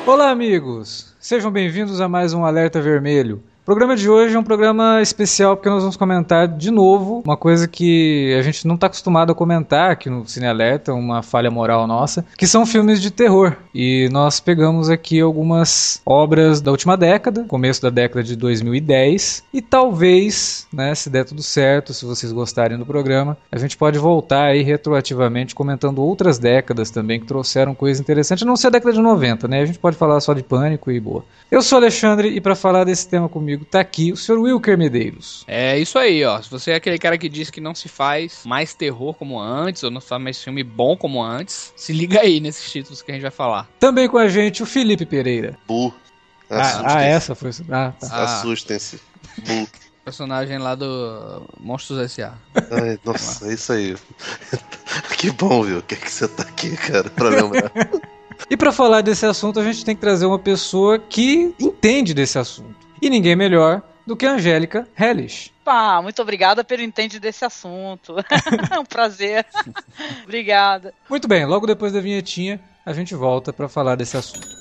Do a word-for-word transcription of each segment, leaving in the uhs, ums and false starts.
Olá, amigos! Sejam bem-vindos a mais um Alerta Vermelho. O programa de hoje é um programa especial porque nós vamos comentar de novo uma coisa que a gente não está acostumado a comentar aqui no Cine Alerta, uma falha moral nossa, que são filmes de terror. E nós pegamos aqui algumas obras da última década, começo da década de dois mil e dez, e talvez, né, se der tudo certo, se vocês gostarem do programa, a gente pode voltar aí retroativamente comentando outras décadas também que trouxeram coisas interessantes, a não ser a década de noventa, né? A gente pode falar só de Pânico e boa. Eu sou o Alexandre e para falar desse tema comigo tá aqui o senhor Wilker Medeiros. É isso aí, ó. Se você é aquele cara que diz que não se faz mais terror como antes, ou não se faz mais filme bom como antes, se liga aí nesses títulos que a gente vai falar. Também com a gente o Felipe Pereira. Bu. Ah, ah, essa foi... Ah, tá. Ah. Assustem-se. Bu. Personagem lá do Monstros S A Ai, nossa, é isso aí. Que bom, viu? Que é que você tá aqui, cara, pra lembrar. E para falar desse assunto, a gente tem que trazer uma pessoa que entende desse assunto. E ninguém melhor do que a Angélica Hellish. Pá, muito obrigada pelo entende desse assunto. É um prazer. Obrigada. Muito bem, logo depois da vinhetinha, a gente volta para falar desse assunto.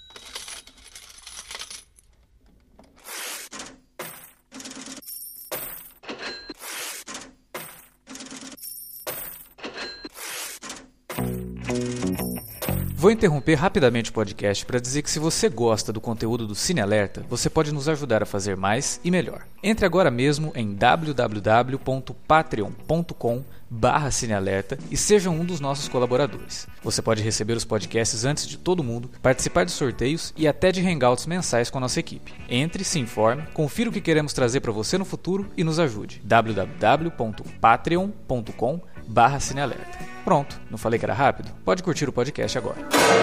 Vou interromper rapidamente o podcast para dizer que se você gosta do conteúdo do Cine Alerta, você pode nos ajudar a fazer mais e melhor. Entre agora mesmo em w w w ponto patreon ponto com barra cinealerta e seja um dos nossos colaboradores. Você pode receber os podcasts antes de todo mundo, participar de sorteios e até de hangouts mensais com a nossa equipe. Entre, se informe, confira o que queremos trazer para você no futuro e nos ajude. w w w ponto patreon ponto com barra cinealerta. Pronto, não falei que era rápido? Pode curtir o podcast agora.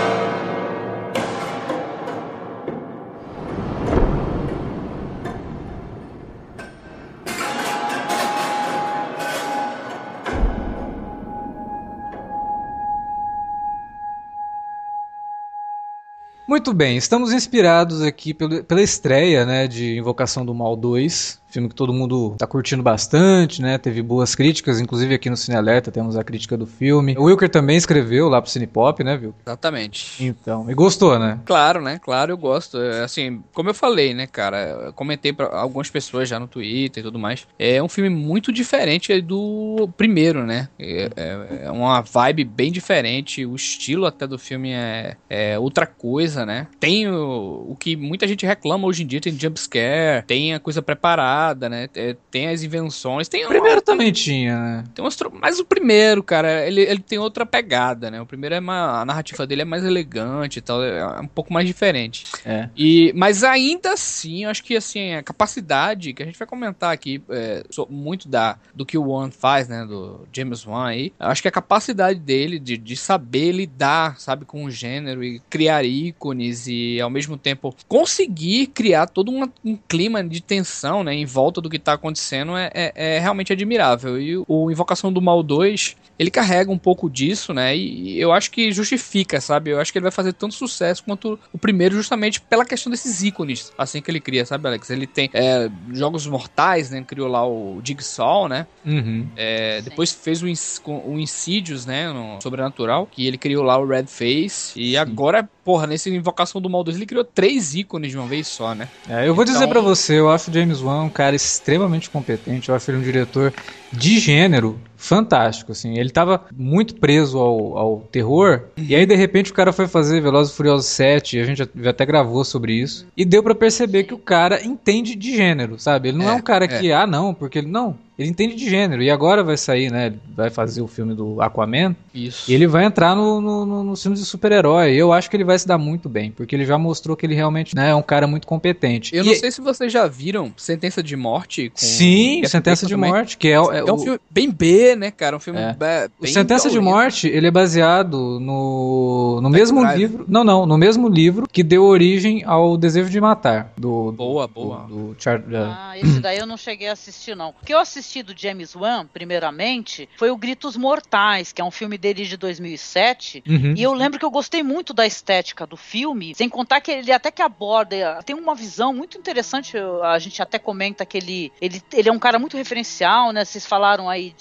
Muito bem, estamos inspirados aqui pelo, pela estreia, né, de Invocação do Mal dois, filme que todo mundo está curtindo bastante, né, teve boas críticas, inclusive aqui no Cine Alerta temos a crítica do filme. O Wilker também escreveu lá pro Cinepop, né, Wilker? Exatamente. Então, e gostou, né? Claro, né, claro, eu gosto. Assim, como eu falei, né, cara, eu comentei pra algumas pessoas já no Twitter e tudo mais, é um filme muito diferente do primeiro, né, é, é, é uma vibe bem diferente, o estilo até do filme é, é outra coisa, né? Tem o, o que muita gente reclama hoje em dia, tem jumpscare, tem a coisa preparada, né? Tem as invenções, tem o primeiro uma, também tinha, né? Tem umas, mas o primeiro, cara, ele, ele tem outra pegada, né? O primeiro é uma, a narrativa dele é mais elegante e tal, é um pouco mais diferente. É. E, mas ainda assim, eu acho que assim, a capacidade que a gente vai comentar aqui é, muito da, do que o Wan faz, né? Do James Wan aí, eu acho que a capacidade dele de, de saber lidar, sabe, com o gênero e criar ícones e ao mesmo tempo conseguir criar todo uma, um clima de tensão, né, em volta do que tá acontecendo é, é, é realmente admirável. E o, o Invocação do Mal dois, ele carrega um pouco disso, né, e, e eu acho que justifica, sabe, eu acho que ele vai fazer tanto sucesso quanto o primeiro justamente pela questão desses ícones, assim que ele cria, sabe, Alex? Ele tem é, Jogos Mortais, né, criou lá o Jigsaw, né, uhum. é, depois fez o, o Insidious, né, no Sobrenatural, que ele criou lá o Red Face, e sim, agora, porra, nesse Invocação do Mal dois, ele criou três ícones de uma vez só, né? É, eu vou então... dizer pra você, eu acho o James Wan um cara extremamente competente, eu acho ele um diretor de gênero fantástico, assim, ele tava muito preso ao, ao terror, uhum. E aí de repente o cara foi fazer Velozes e Furiosos sete, a gente já, até gravou sobre isso, e deu pra perceber que o cara entende de gênero, sabe? Ele não é, é um cara que, é. ah não, porque ele não... Ele entende de gênero, e agora vai sair, né, vai fazer o filme do Aquaman, isso. E ele vai entrar no, no, no, no filme de super-herói, eu acho que ele vai se dar muito bem, porque ele já mostrou que ele realmente, né, é um cara muito competente. Eu e não sei se vocês já viram Sentença de Morte. Com Sim, Sentença de também. Morte, que é, é, é um o... filme bem B, né, cara, um filme é. bem... O Sentença de Morte, ele é baseado no, no mesmo Drive. livro, não, não, no mesmo livro que deu origem ao Desejo de Matar, do... Boa, boa. Do, do Char... Ah, esse daí eu não cheguei a assistir, não. O que eu assisti do James Wan, primeiramente, foi o Gritos Mortais, que é um filme dele de dois mil e sete, uhum. E eu lembro que eu gostei muito da estética do filme, sem contar que ele até que aborda, tem uma visão muito interessante, a gente até comenta que ele, ele, ele é um cara muito referencial, né, vocês falaram aí de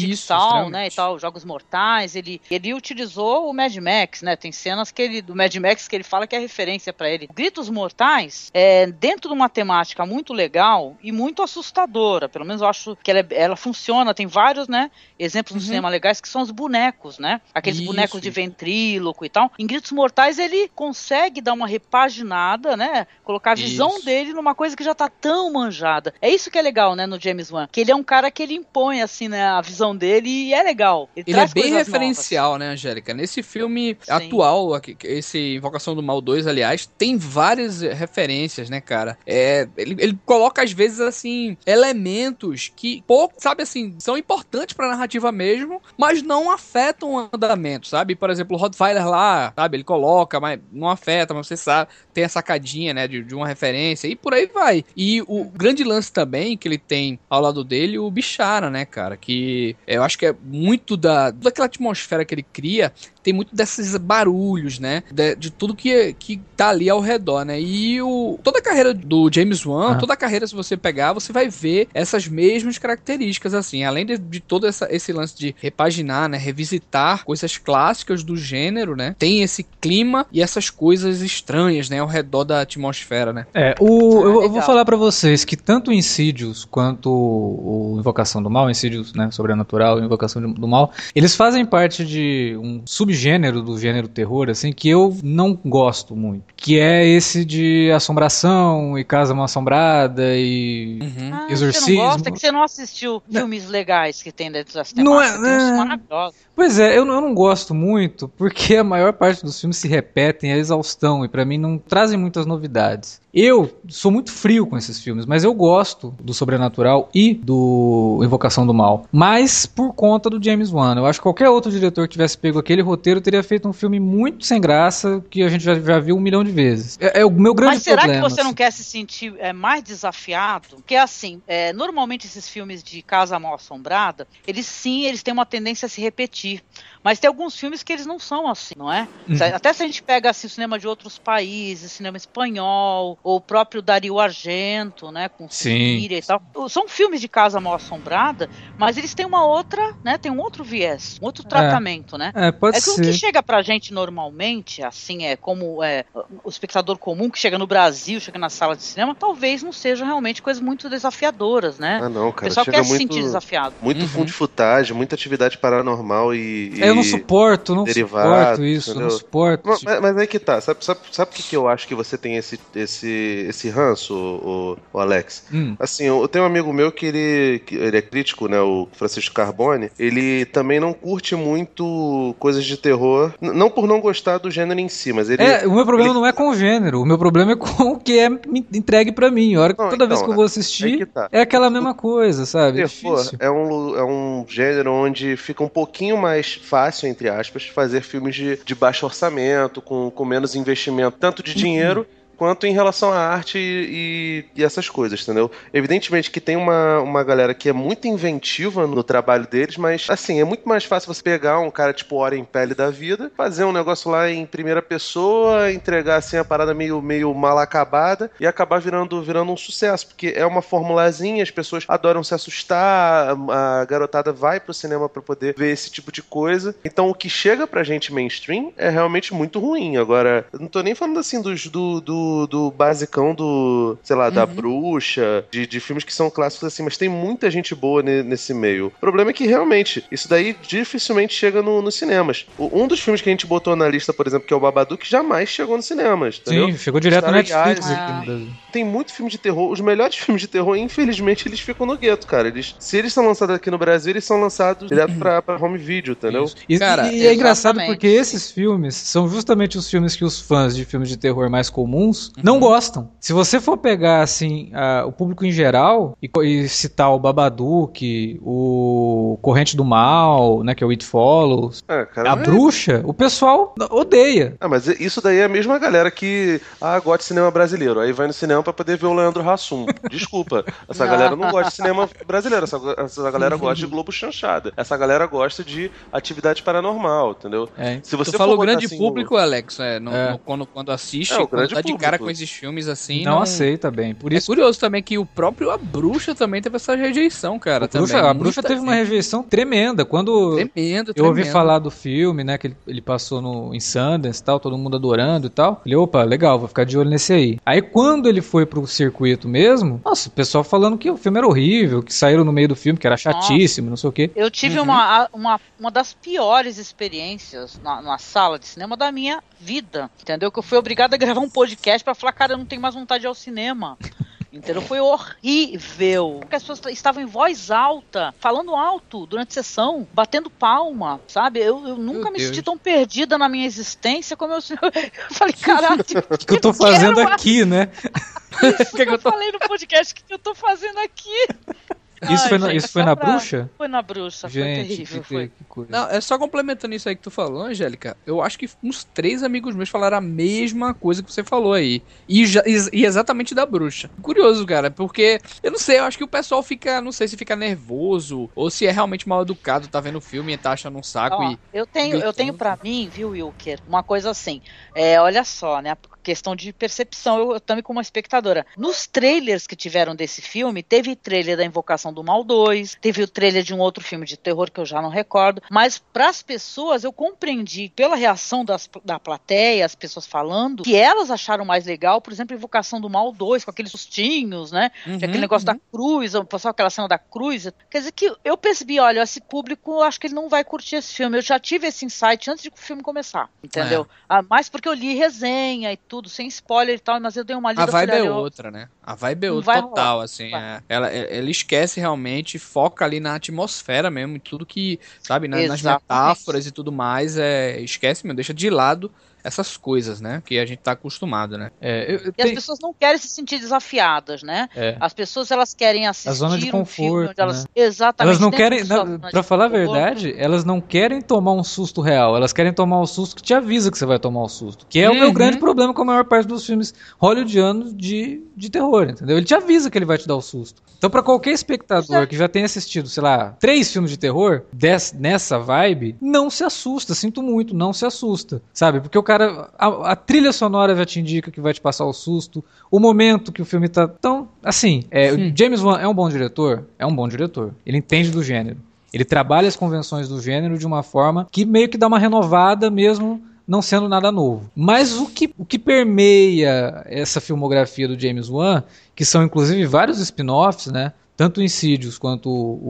Jigsaw, né, e tal, Jogos Mortais, ele, ele utilizou o Mad Max, né, tem cenas que ele, do Mad Max que ele fala que é referência pra ele. Gritos Mortais é dentro de uma temática muito legal e muito assustadora, pelo menos eu acho que ela, é, ela funciona, tem vários, né, exemplos no Uhum. cinema legais que são os bonecos, né, aqueles Isso. bonecos de ventríloco e tal. Em Gritos Mortais ele consegue dar uma repaginada, né, colocar a visão Isso. dele numa coisa que já tá tão manjada. É isso que é legal, né, no James Wan, que ele é um cara que ele impõe, assim, né, a visão dele e é legal. Ele, Ele é traz bem coisas referencial, né, Angélica? Nesse filme Sim. atual, aqui, esse Invocação do Mal dois, aliás, tem várias referências, né, cara? É, ele, ele coloca, às vezes, assim, elementos que, pouco, sabe, assim, são importantes pra narrativa mesmo, mas não afetam o andamento, sabe? Por exemplo, o Rottweiler lá, sabe? Ele coloca, mas não afeta, mas você sabe, tem a sacadinha, né, de, de uma referência, e por aí vai. E o grande lance também que ele tem ao lado dele, o Bichara, né, cara? Que eu acho que é muito da, daquela atmosfera que ele cria, tem muito desses barulhos, né? De, de tudo que, que tá ali ao redor, né? E o, toda a carreira do James Wan, ah. toda a carreira, se você pegar, você vai ver essas mesmas características, assim. Além de, de todo essa, esse lance de repaginar, né? Revisitar coisas clássicas do gênero, né? Tem esse clima e essas coisas estranhas, né? Ao redor da atmosfera, né? É, o, ah, eu, eu vou falar pra vocês que tanto o Insidious quanto o, o Invocação do Mal, Insidious, né? Sobrenatural e Invocação do Mal, eles fazem parte de um sub gênero do gênero terror, assim, que eu não gosto muito, que é esse de assombração e casa mal assombrada e uhum. ah, exorcismo. Você não gosta, é que você não assistiu não. filmes legais que tem dentro das temáticas, não é, tem uns maravilhosos. Pois é, eu não, eu não gosto muito, porque a maior parte dos filmes se repetem, é exaustão, e pra mim não trazem muitas novidades. Eu sou muito frio com esses filmes, mas eu gosto do Sobrenatural e do Invocação do Mal, mas por conta do James Wan. Eu acho que qualquer outro diretor que tivesse pego aquele roteiro teria feito um filme muito sem graça, que a gente já, já viu um milhão de vezes. É, é o meu grande mas será problema. que você não quer se sentir é, mais desafiado? Porque assim, é, normalmente esses filmes de casa mal assombrada, eles sim, eles têm uma tendência a se repetir. Mas tem alguns filmes que eles não são assim, não é? Uhum. Até se a gente pega assim, o cinema de outros países, cinema espanhol, ou o próprio Dario Argento, né, com Suspiria e tal. São filmes de casa mal assombrada, mas eles têm uma outra, né, tem um outro viés, um outro tratamento, é. né? É, pode é que ser. o que chega pra gente normalmente, assim, é como é, o espectador comum que chega no Brasil, chega na sala de cinema, talvez não seja realmente coisas muito desafiadoras, né? Ah, não, cara. O pessoal chega quer muito, se sentir desafiado. Muito uhum. fundo de footage, muita atividade paranormal e... e... Eu não suporto, não derivado, suporto isso, entendeu? não suporto. Mas, mas, mas aí que tá, sabe, sabe, sabe por que, que eu acho que você tem esse, esse, esse ranço, o, o Alex? Hum. Assim, eu, eu tenho um amigo meu que ele, que ele é crítico, né, o Francisco Carbone, ele também não curte muito coisas de terror, n- não por não gostar do gênero em si, mas ele... É, o meu problema ele... não é com o gênero, o meu problema é com o que é entregue pra mim. A hora que não, toda então, vez que eu vou assistir, tá. é aquela mesma coisa, sabe? É terror é, um, é um gênero onde fica um pouquinho mais fácil, entre aspas, fazer filmes de, de baixo orçamento, com, com menos investimento, tanto de dinheiro uhum. quanto em relação à arte e, e, e essas coisas, entendeu? Evidentemente que tem uma, uma galera que é muito inventiva no trabalho deles, mas, assim, é muito mais fácil você pegar um cara tipo Hora em Pele da vida, fazer um negócio lá em primeira pessoa, entregar, assim, a parada meio, meio mal acabada e acabar virando, virando um sucesso, porque é uma formulazinha, as pessoas adoram se assustar, a, a garotada vai pro cinema pra poder ver esse tipo de coisa. Então, o que chega pra gente mainstream é realmente muito ruim. Agora, eu não tô nem falando, assim, dos, do, do do basicão do, sei lá, uhum. da bruxa, de, de filmes que são clássicos assim, mas tem muita gente boa ne, nesse meio. O problema é que realmente, isso daí dificilmente chega no, nos cinemas. O, um dos filmes que a gente botou na lista, por exemplo, que é o Babadook, jamais chegou nos cinemas, entendeu? Sim, chegou direto no Netflix. Ah. Tem muito filme de terror, os melhores filmes de terror, infelizmente, eles ficam no gueto, cara. Eles, se eles são lançados aqui no Brasil, eles são lançados direto pra, pra home video, entendeu? Isso. E, cara, e é engraçado porque esses filmes são justamente os filmes que os fãs de filmes de terror mais comuns não gostam. Se você for pegar, assim, a, o público em geral e, e citar o Babadook, o Corrente do Mal, né, que é o It Follows, é, cara, a é... Bruxa, o pessoal odeia. Ah, mas isso daí é a mesma galera que, ah, gosta de cinema brasileiro, aí vai no cinema pra poder ver o Leandro Hassum. Desculpa, essa galera não gosta de cinema brasileiro, essa, essa galera gosta de Globo Chanchada, essa galera gosta de atividade paranormal, entendeu? É. Se você tu falou for grande assim, público, no... Alex, é, no, é. No, quando, quando assiste, é, o grande quando tá público. cara com esses filmes assim. Não, não aceita bem. Por isso... É curioso também que o próprio A Bruxa também teve essa rejeição, cara. A Bruxa, também. A Bruxa teve gente. uma rejeição tremenda. Quando tremendo, eu tremendo. ouvi falar do filme, né? Que ele, ele passou no, em Sundance e tal, todo mundo adorando e tal. Falei, opa, legal, vou ficar de olho nesse aí. Aí quando ele foi pro circuito mesmo, nossa, o pessoal falando que o filme era horrível, que saíram no meio do filme, que era chatíssimo, nossa. não sei o quê. Eu tive uhum. uma, uma, uma das piores experiências na, na sala de cinema da minha vida, entendeu? Que eu fui obrigado a gravar um podcast pra falar, cara, eu não tenho mais vontade de ir ao cinema. Entendeu? Foi horrível. Porque as pessoas estavam em voz alta, falando alto durante a sessão, batendo palma, sabe? Eu, eu nunca Meu me Deus. senti tão perdida na minha existência como eu, eu falei, caralho, o que, que eu tô fazendo aqui, né? Isso que, que eu tô... falei no podcast, o que, que eu tô fazendo aqui? Isso Ai, foi, na, gente, isso foi na pra... bruxa? Foi na bruxa, gente, foi terrível. Que, foi. que coisa. Não, é só complementando isso aí que tu falou, Angélica. Eu acho que uns três amigos meus falaram a mesma coisa que você falou aí. E, já, e exatamente da bruxa. Curioso, cara, porque eu não sei, eu acho que o pessoal fica, não sei se fica nervoso ou se é realmente mal educado, tá vendo o filme e tá achando um saco. Ó, e eu tenho, eu tenho pra mim, viu, Wilker, uma coisa assim. É, olha só, né? Questão de percepção, eu, eu também como uma espectadora. Nos trailers que tiveram desse filme, teve trailer da Invocação do Mal dois, teve o trailer de um outro filme de terror que eu já não recordo, mas para as pessoas eu compreendi pela reação das, da plateia, as pessoas falando, que elas acharam mais legal, por exemplo, Invocação do Mal dois, com aqueles sustinhos, né? Uhum, aquele negócio uhum. da cruz, só aquela cena da cruz. Quer dizer que eu percebi, olha, esse público, eu acho que ele não vai curtir esse filme. Eu já tive esse insight antes de o filme começar, entendeu? É. Ah, mas porque eu li resenha e tudo, sem spoiler e tal, mas eu dei uma lida. A vibe falei, é eu... outra, né? A vibe é outra total, rolar. assim. É. Ela, ela esquece realmente, foca ali na atmosfera mesmo, em tudo que, sabe, na, nas metáforas e tudo mais, é, esquece mesmo, deixa de lado essas coisas, né, que a gente tá acostumado, né. É, eu, eu e tenho... as pessoas não querem se sentir desafiadas, né. É. As pessoas, elas querem assistir a zona de conforto, um filme onde elas... Né? Exatamente. Elas não querem, na, pra falar a verdade, elas não querem tomar um susto real, elas querem tomar um susto que te avisa que você vai tomar o um susto, que é uhum. o meu grande problema com a maior parte dos filmes hollywoodianos de, de terror, entendeu? Ele te avisa que ele vai te dar o susto. Então pra qualquer espectador que já tenha assistido, sei lá, três filmes de terror des, nessa vibe, não se assusta, sinto muito, não se assusta, sabe? Porque o cara... A, a trilha sonora já te indica que vai te passar o susto, o momento que o filme tá tão... Assim, é, o James Wan é um bom diretor? É um bom diretor. Ele entende do gênero. Ele trabalha as convenções do gênero de uma forma que meio que dá uma renovada mesmo não sendo nada novo. Mas o que, o que permeia essa filmografia do James Wan, que são inclusive vários spin-offs, né? Tanto o Insidious quanto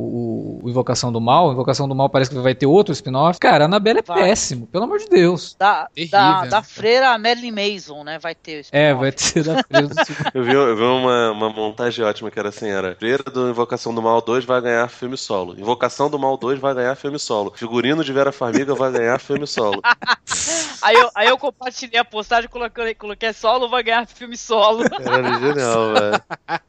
o, o, o Invocação do Mal. A Invocação do Mal parece que vai ter outro spin-off. Cara, a Annabelle é vai. péssimo, pelo amor de Deus. Da, da, da freira Marilyn Manson, né? Vai ter o spin-off. É, vai ter da freira do Eu vi, eu vi uma, uma montagem ótima que era assim, era Freira do Invocação do Mal dois vai ganhar filme solo. Invocação do Mal dois vai ganhar filme solo. Figurino de Vera Farmiga vai ganhar filme solo. aí, eu, aí eu compartilhei a postagem e coloquei, coloquei solo, vai ganhar filme solo. Era genial, velho.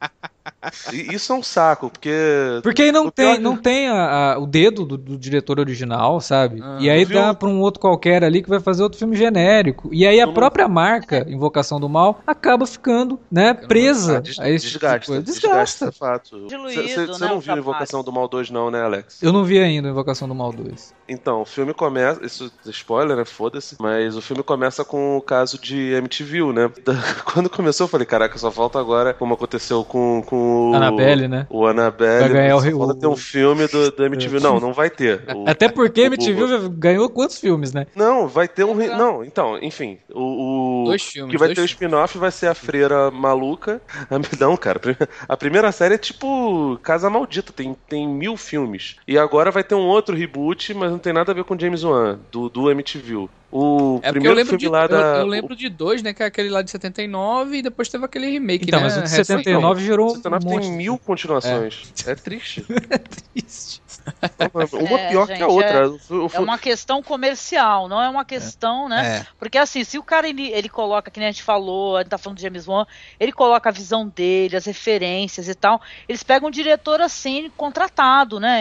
Isso é um saco, porque... Porque aí não tem, não tem a, a, o dedo do, do diretor original, sabe? Ah, e aí dá viu? pra um outro qualquer ali que vai fazer outro filme genérico. E aí a não... própria marca, Invocação do Mal, acaba ficando, né, presa. Des, a esse desgasta, tipo de desgasta. Desgasta, fato. Você né, não viu Invocação do Mal dois não, né, Alex? Eu não vi ainda Invocação do Mal dois. Então, o filme começa... Isso, spoiler, né? Foda-se. Mas o filme começa com o caso de Amityville, né? Quando começou, eu falei, caraca, só falta agora, como aconteceu com, com o... Annabelle, né? O Annabelle. Vai ganhar só o... falta ter um filme do, do Amityville. Não, não vai ter. O, Até porque o Amityville já ganhou quantos filmes, né? Não, vai ter um... Não, então, enfim. O, o dois filmes. que vai dois ter o spin-off vai ser a Freira Maluca. Não, cara. A primeira série é tipo Casa Maldita. Tem, tem mil filmes. E agora vai ter um outro reboot, mas não tem nada a ver com James Wan, do, do Amityville. O é primeiro eu lembro filme de, lá da... Eu, eu lembro de dois, né? Que é aquele lá de setenta e nove e depois teve aquele remake, então, né? Mas o de setenta e nove gerou setenta e nove um tem monte. mil continuações. É, é triste. É triste. Uma é, pior gente, que a outra. É, é uma questão comercial, não é uma questão, é. né? É. Porque assim, se o cara ele, ele coloca, que nem a gente falou, a gente tá falando de James Wan, ele coloca a visão dele, as referências e tal, eles pegam um diretor assim, contratado, né?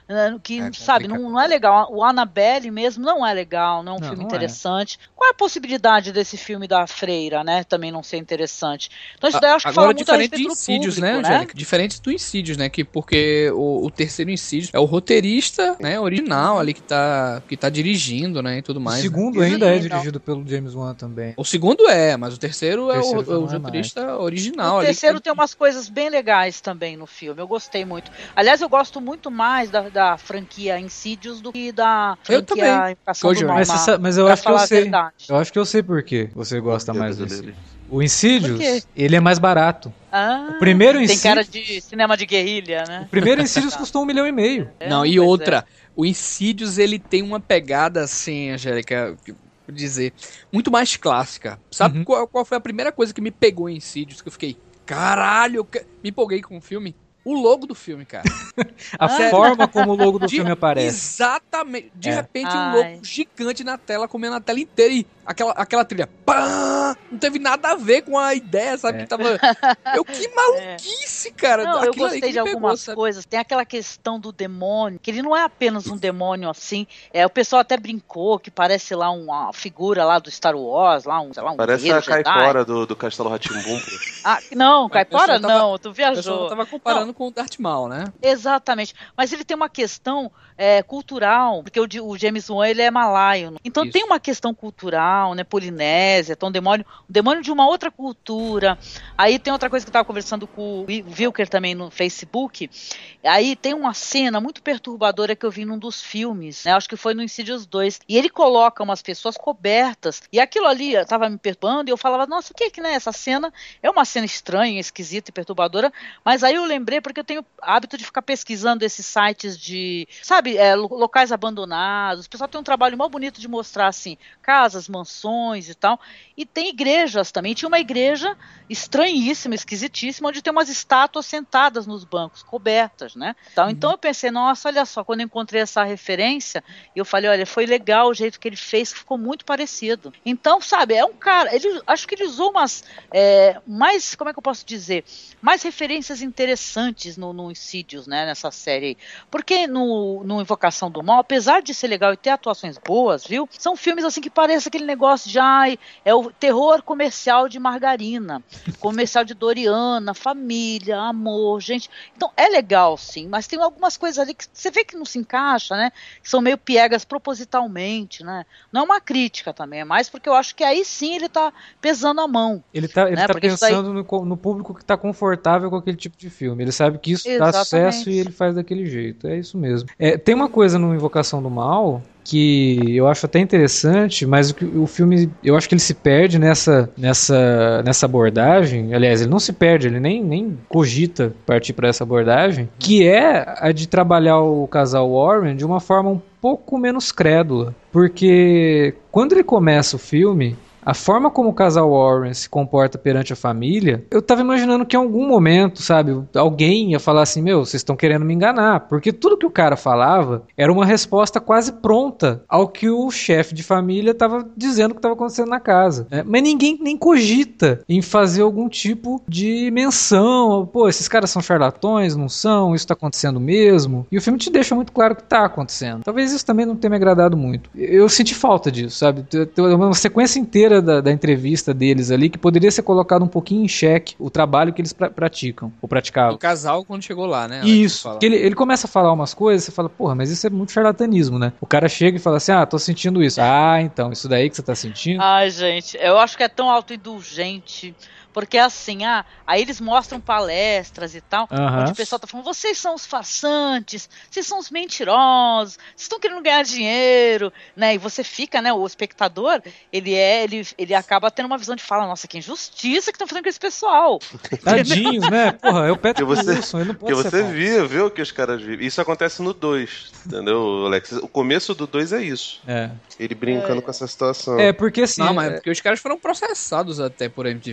que, É sabe, não, não é legal. O Annabelle mesmo não é legal, não é um Não, filme não interessante. É. Qual é a possibilidade desse filme da Freira, né, também não ser interessante? Então isso daí eu acho que Agora, fala muito a diferente de respeito do Incídios, público, né, Angélica? né? Diferente do Incídios, né? Que porque o, o terceiro Incídios é o roteirista, né, original ali que tá, que tá dirigindo, né, e tudo O mais. segundo né? ainda é Sim, dirigido pelo James Wan também. O segundo é, mas o terceiro, O terceiro é já o, não o é roteirista mais. original O ali. terceiro que tem umas coisas bem legais também no filme. Eu gostei muito. Aliás, eu gosto muito mais da, da franquia Insidious do que da Eu também. franquia Invocação do Mal. Mas, você na- sabe- mas eu pra acho que eu falar a sei. verdade. Eu acho que eu sei por quê você gosta quê, mais brasileiro? desse. O Por quê? Insidious, ele é mais barato. Ah, O primeiro tem Insidious- cara de cinema de guerrilha, né? O primeiro Insidious custou um milhão e meio. É, Não, e pois outra, o Incídios, ele tem uma pegada assim, Angélica, que- vou dizer, muito mais clássica. Sabe Uhum. qual, qual foi a primeira coisa que me pegou em Incídios, que eu fiquei, caralho, eu que- me empolguei com o filme? O logo do filme, cara. A Ah. forma como o logo do De- filme aparece. Exatamente. De É. repente, um Ai. logo gigante na tela, comendo a tela inteira e aquela, aquela trilha. Pá! Não teve nada a ver com a ideia, sabe? É. Que tava. Eu, que maluquice, cara. Não, eu Aquilo aí gostei que de me pegou, algumas sabe? coisas. Tem aquela questão do demônio, que ele não é apenas um demônio assim. É, o pessoal até brincou que parece lá uma figura lá do Star Wars, lá um, sei lá, um Parece guerreiro a Jedi. Caipora do, do Castelo Rá-Tim-Bum. Ah, não, Caipora pessoal tava- não, tu O pessoal viajou. tava comparando com o Darth Maul, né? Exatamente. Mas ele tem uma questão é, cultural, porque o, de- o James Wan ele é malaio. né? Então Isso. tem uma questão cultural, né? Polinésia, então um demônio, um demônio de uma outra cultura. Aí tem outra coisa que eu estava conversando com o Wilker também no Facebook. Aí tem uma cena muito perturbadora que eu vi num dos filmes, né? Acho que foi no Insidious dois. E ele coloca umas pessoas cobertas. E aquilo ali estava me perturbando e eu falava, nossa, o que é que, né? Essa cena é uma cena estranha, esquisita e perturbadora. Mas aí eu lembrei, porque eu tenho hábito de ficar pesquisando esses sites de, sabe, é, lo- locais abandonados. O pessoal tem um trabalho mal bonito de mostrar, assim, casas, mansões e tal. E tem igrejas também. Tinha uma igreja estranhíssima, esquisitíssima, onde tem umas estátuas sentadas nos bancos, cobertas, né? Então, então eu pensei, nossa, olha só, quando eu encontrei essa referência, eu falei, olha, foi legal o jeito que ele fez, que ficou muito parecido. Então, sabe, é um cara, ele, acho que ele usou umas, é, mais, como é que eu posso dizer, mais referências interessantes no, no Insidious, né, nessa série aí. Porque no, no Invocação do Mal, apesar de ser legal e ter atuações boas, viu, são filmes assim que parece aquele negócio de, ai, é o terror comercial de margarina, comercial de Doriana, família, amor, gente. Então é legal, sim, mas tem algumas coisas ali que você vê que não se encaixa, né? Que são meio piegas propositalmente, né? Não é uma crítica também, é mais porque eu acho que aí sim ele tá pesando a mão. Ele tá, ele Né, tá porque isso daí- pensando no, co- no público que tá confortável com aquele tipo de filme. Ele sabe que isso dá Exatamente. sucesso e ele faz daquele jeito. É isso mesmo. É, tem uma coisa no Invocação do Mal que eu acho até interessante, mas o, que- o filme, eu acho que ele se perde nessa, nessa, nessa abordagem. Aliás, ele não se perde, ele nem, nem cogita partir para essa abordagem, que é a de trabalhar o casal Warren de uma forma um pouco menos crédula. Porque quando ele começa o filme, a forma como o casal Warren se comporta perante a família, eu tava imaginando que em algum momento, sabe, alguém ia falar assim, meu, vocês estão querendo me enganar, porque tudo que o cara falava era uma resposta quase pronta ao que o chefe de família tava dizendo que estava acontecendo na casa, né? Mas ninguém nem cogita em fazer algum tipo de menção, pô, esses caras são charlatões, não são, isso tá acontecendo mesmo, e o filme te deixa muito claro que tá acontecendo. Talvez isso também não tenha me agradado muito. Eu senti falta disso, sabe, tem uma sequência inteira Da, da entrevista deles ali, que poderia ser colocado um pouquinho em xeque o trabalho que eles pra, praticam, ou praticavam. O casal quando chegou lá, né? Isso, que ele, ele começa a falar umas coisas, você fala, porra, mas isso é muito charlatanismo, né? O cara chega e fala assim, ah, tô sentindo isso. Ah, então, isso daí que você tá sentindo? Ai, gente, eu acho que é tão autoindulgente. Porque assim, ah, aí eles mostram palestras e tal, Aham. onde o pessoal tá falando, vocês são os farsantes, vocês são os mentirosos, vocês estão querendo ganhar dinheiro, né? E você fica, né, o espectador, ele é, ele, ele acaba tendo uma visão de fala, nossa, que injustiça que estão fazendo com esse pessoal. Tadinhos, né? Porra, é o Patrick Porque você- Wilson, ele não pode Porque ser você mal. via, vê o que os caras vivem. Isso acontece no dois, entendeu, Alex? O começo do dois é isso. É. Ele brincando com essa situação. É, porque assim... Não, mas é- porque os caras foram processados até por M T V, né? Na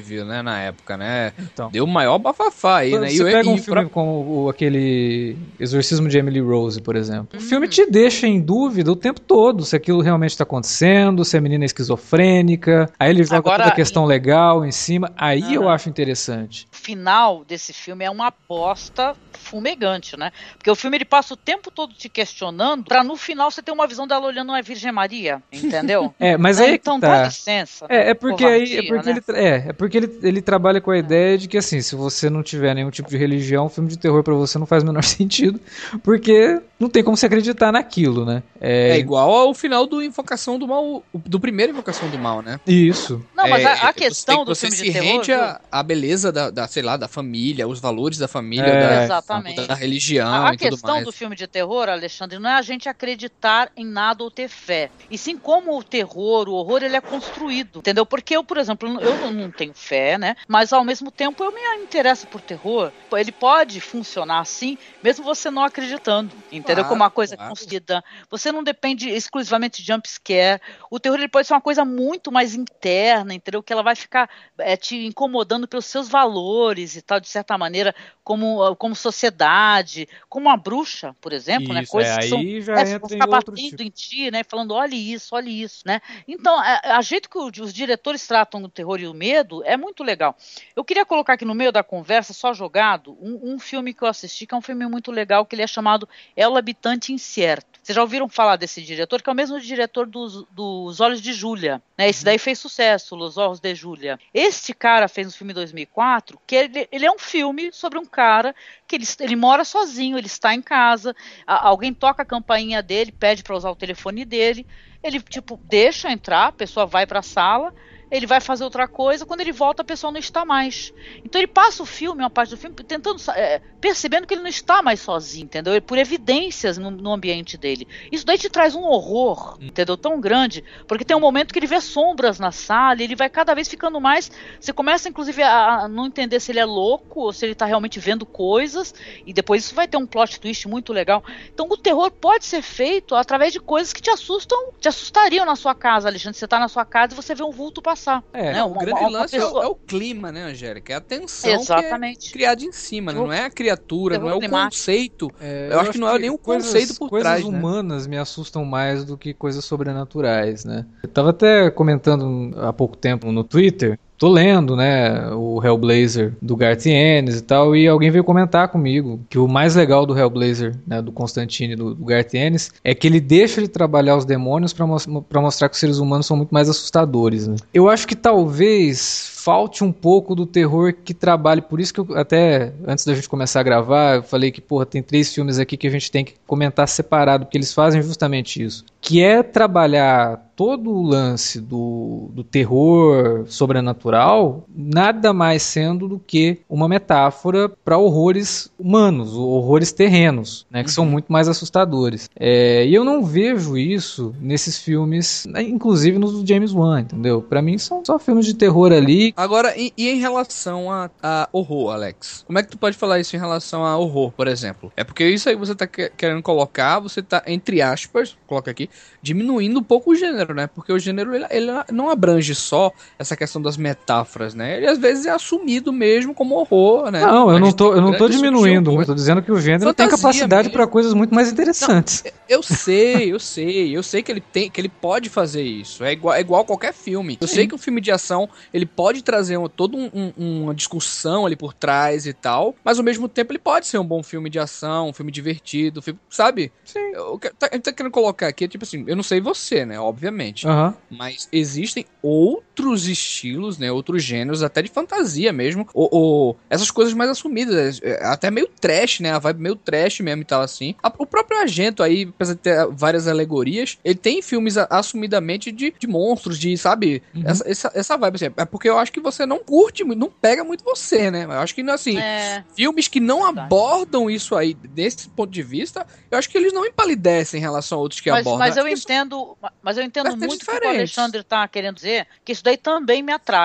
na época, né? Então. Deu o maior bafafá aí, né? Você e, pega um e filme pra... como o, aquele Exorcismo de Emily Rose, por exemplo. Hum. O filme te deixa em dúvida o tempo todo se aquilo realmente está acontecendo, se a menina é esquizofrênica. Aí ele joga Agora, toda a questão legal em cima. Aí Uhum. eu acho interessante. O final desse filme é uma bosta fumegante, né? Porque o filme ele passa o tempo todo te questionando pra no final você ter uma visão dela olhando uma Virgem Maria, entendeu? É, mas Né? aí Então que tá. dá licença. É, é porque aí é Covardia, porque, né? ele, é, é porque ele, ele trabalha com a ideia de que assim, se você não tiver nenhum tipo de religião, um filme de terror pra você não faz o menor sentido, porque não tem como você acreditar naquilo, né? É igual ao final do Invocação do Mal, do primeiro Invocação do Mal, né? Isso. Não, mas É, a, a você questão tem- do você filme se de terror... rende a, a beleza da, da, sei lá, da família, os valores da família, É, da, Exatamente. da religião A, a e tudo questão mais. do filme de terror, Alexandre, não é a gente acreditar em nada ou ter fé. E sim como o terror, o horror, ele é construído, entendeu? Porque eu, por exemplo, eu não tenho fé, né? Mas ao mesmo tempo eu me interesso por terror. Ele pode funcionar assim, mesmo você não acreditando, entendeu? Claro, Como uma coisa claro. construída. Você não depende exclusivamente de jump scare. O terror ele pode ser uma coisa muito mais interna, entendeu? Que ela vai ficar é, te incomodando pelos seus valores e tal, de certa maneira, como, como sociedade, como uma bruxa, por exemplo, né? Isso, Coisas é, que são, aí já né, entra vão em ficar outro batendo tipo. em ti, né? Falando, olha isso, olha isso, né? Então, a, a jeito que o- os diretores tratam o terror e o medo é muito legal. Eu queria colocar aqui no meio da conversa, só jogado, um, um filme que eu assisti, que é um filme muito legal, que ele é chamado El Habitante Incerto. Vocês já ouviram falar desse diretor, que é o mesmo diretor dos, dos Olhos de Júlia, né? Esse daí fez sucesso, Los Olhos de Júlia. Este cara fez um filme em dois mil e quatro, que ele, ele é um filme sobre um cara que ele, ele mora sozinho, ele está em casa, a, alguém toca a campainha dele, pede para usar o telefone dele, ele, tipo, deixa entrar, a pessoa vai para a sala, ele vai fazer outra coisa, quando ele volta a pessoa não está mais. Então ele passa o filme, uma parte do filme, tentando, é, percebendo que ele não está mais sozinho, entendeu? Ele, por evidências no, no ambiente dele. Isso daí te traz um horror, entendeu? Tão grande, porque tem um momento que ele vê sombras na sala, e ele vai cada vez ficando mais, você começa inclusive a, a não entender se ele é louco, ou se ele está realmente vendo coisas, e depois isso vai ter um plot twist muito legal. Então o terror pode ser feito através de coisas que te assustam, te assustariam na sua casa, Alexandre. Você está na sua casa e você vê um vulto passar. É, né? O uma, grande uma, uma lance é o- pessoa... é, o clima, né, Angélica? É a tensão Exatamente. que é criada em cima, né? Não é a criatura, não é o climático. conceito. É, eu, acho que não é nenhum coisas, conceito por coisas trás, né? humanas me assustam mais do que coisas sobrenaturais, né? Eu tava até comentando há pouco tempo no Twitter. Tô lendo, né, o Hellblazer do Garth Ennis e tal, e alguém veio comentar comigo que o mais legal do Hellblazer, né, do Constantine, do, do Garth Ennis, é que ele deixa de trabalhar os demônios pra, mos pra mostrar que os seres humanos são muito mais assustadores, né? Eu acho que talvez falte um pouco do terror que trabalhe, por isso que eu até, antes da gente começar a gravar, eu falei que, porra, tem três filmes aqui que a gente tem que comentar separado, porque eles fazem justamente isso, que é trabalhar todo o lance do, do terror sobrenatural, nada mais sendo do que uma metáfora para horrores humanos, horrores terrenos, né, que Uhum. são muito mais assustadores. É, e eu não vejo isso nesses filmes, inclusive nos do James Wan, entendeu? Para mim são só filmes de terror ali. Agora, e, e em relação a, a horror, Alex? Como é que tu pode falar isso em relação a horror, por exemplo? É porque isso aí você tá que- querendo colocar, você tá, entre aspas, coloca aqui, diminuindo um pouco o gênero, né? Porque o gênero, ele, ele não abrange só essa questão das metáforas, né? Ele às vezes é assumido mesmo como horror, né? Não, eu A não gente tô, tem eu não tô grandes diminuindo, filmes eu de tô dizendo que o gênero Fantasia tem capacidade mesmo. para coisas muito mais interessantes. Eu sei, eu sei, eu sei que ele tem, que ele pode fazer isso. É igual, é igual a qualquer filme. Eu Sim. sei que um filme de ação, ele pode trazer um, toda um, um, uma discussão ali por trás e tal, mas ao mesmo tempo ele pode ser um bom filme de ação, um filme divertido, um filme, sabe? Sim. Eu, eu, tá, a gente tá querendo colocar aqui, tipo assim, eu não sei você, né, obviamente, Aham. mas existem outros estilos, né, outros gêneros, até de fantasia mesmo, ou, ou essas coisas mais assumidas, é, até meio trash, né, a vibe meio trash mesmo e tal assim. A, o próprio Argento aí, apesar de ter várias alegorias, ele tem filmes a, assumidamente de, de monstros, de, sabe, Uhum. essa, essa, essa vibe, assim, é porque eu acho que você não curte muito, não pega muito você, né, eu acho que, assim, É, filmes que não Verdade. abordam isso aí, desse ponto de vista, eu acho que eles não empalidecem em relação a outros que mas, abordam. mas eu Acho que isso- entendo, mas eu entendo Vai ter muito o que o diferentes. Alexandre tá querendo dizer, que isso daí também me atrai.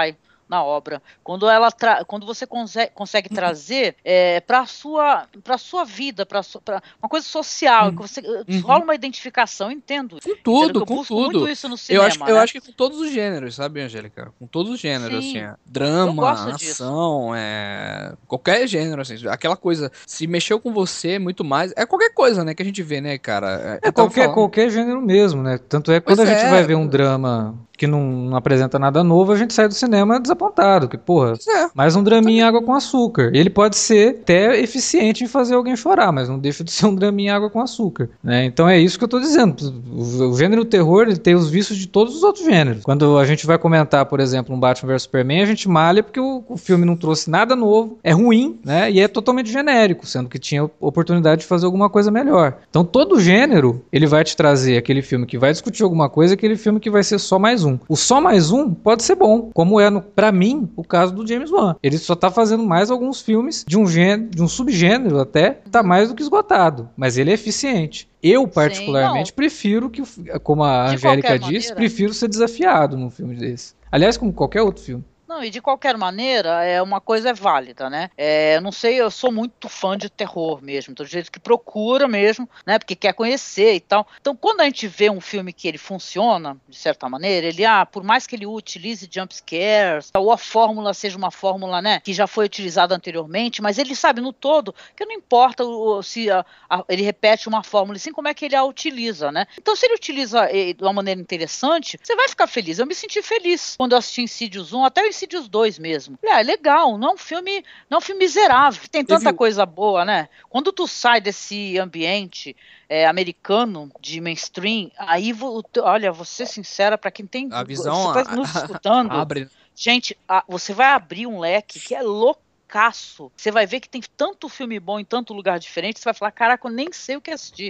na obra. Quando, ela tra... Quando você consegue, consegue trazer é, para a sua, pra sua vida, para uma coisa social, que você uhum. rola uma identificação, entendo. Com tudo, eu com busco tudo. muito isso no cinema, eu acho, né? eu acho que com todos os gêneros, sabe, Angélica? Com todos os gêneros, Sim, assim. Drama, ação, é... qualquer gênero, assim. Aquela coisa, se mexeu com você muito mais, é qualquer coisa, né, que a gente vê, né, cara? É qualquer, qualquer gênero mesmo, né? Tanto é que quando pois a gente é. vai ver um drama que não, não apresenta nada novo, a gente sai do cinema desapontado, que porra, é. mais um draminha em água com açúcar. Ele pode ser até eficiente em fazer alguém chorar, mas não deixa de ser um draminha em água com açúcar, né? Então é isso que eu tô dizendo. O, o gênero terror, ele tem os vícios de todos os outros gêneros. Quando a gente vai comentar, por exemplo, um Batman versus Superman, a gente malha porque o, o filme não trouxe nada novo, é ruim, né? E é totalmente genérico, sendo que tinha oportunidade de fazer alguma coisa melhor. Então todo gênero, ele vai te trazer aquele filme que vai discutir alguma coisa, aquele filme que vai ser só mais um. O só mais um pode ser bom, como é, no, pra mim, o caso do James Wan. Ele só tá fazendo mais alguns filmes de um gênero, de um subgênero até, tá mais do que esgotado, mas ele é eficiente. Eu, particularmente, Sim, prefiro que, como a Angélica disse, maneira. prefiro ser desafiado num filme desse. Aliás, como qualquer outro filme. Não, e de qualquer maneira, é, uma coisa é válida, né? É, eu não sei, eu sou muito fã de terror mesmo, do jeito que procura mesmo, né? Porque quer conhecer e tal. Então, quando a gente vê um filme que ele funciona, de certa maneira, ele, ah, por mais que ele utilize jump scares, ou a fórmula seja uma fórmula, né, que já foi utilizada anteriormente, mas ele sabe no todo que não importa o, se a, a, ele repete uma fórmula, sim, como é que ele a utiliza, né? Então, se ele utiliza de uma maneira interessante, você vai ficar feliz. Eu me senti feliz quando eu assisti Insidious um, até o Insidious dois mesmo. É, é legal, não é um filme, não é um filme miserável. Tem tanta Teve... coisa boa, né? Quando tu sai desse ambiente é, americano de mainstream, aí, vou, olha, vou ser sincera, pra quem tem... A visão... Você tá nos escutando... Abre. Gente, a, você vai abrir um leque que é loucaço. Você vai ver que tem tanto filme bom em tanto lugar diferente, você vai falar, caraca, eu nem sei o que assistir.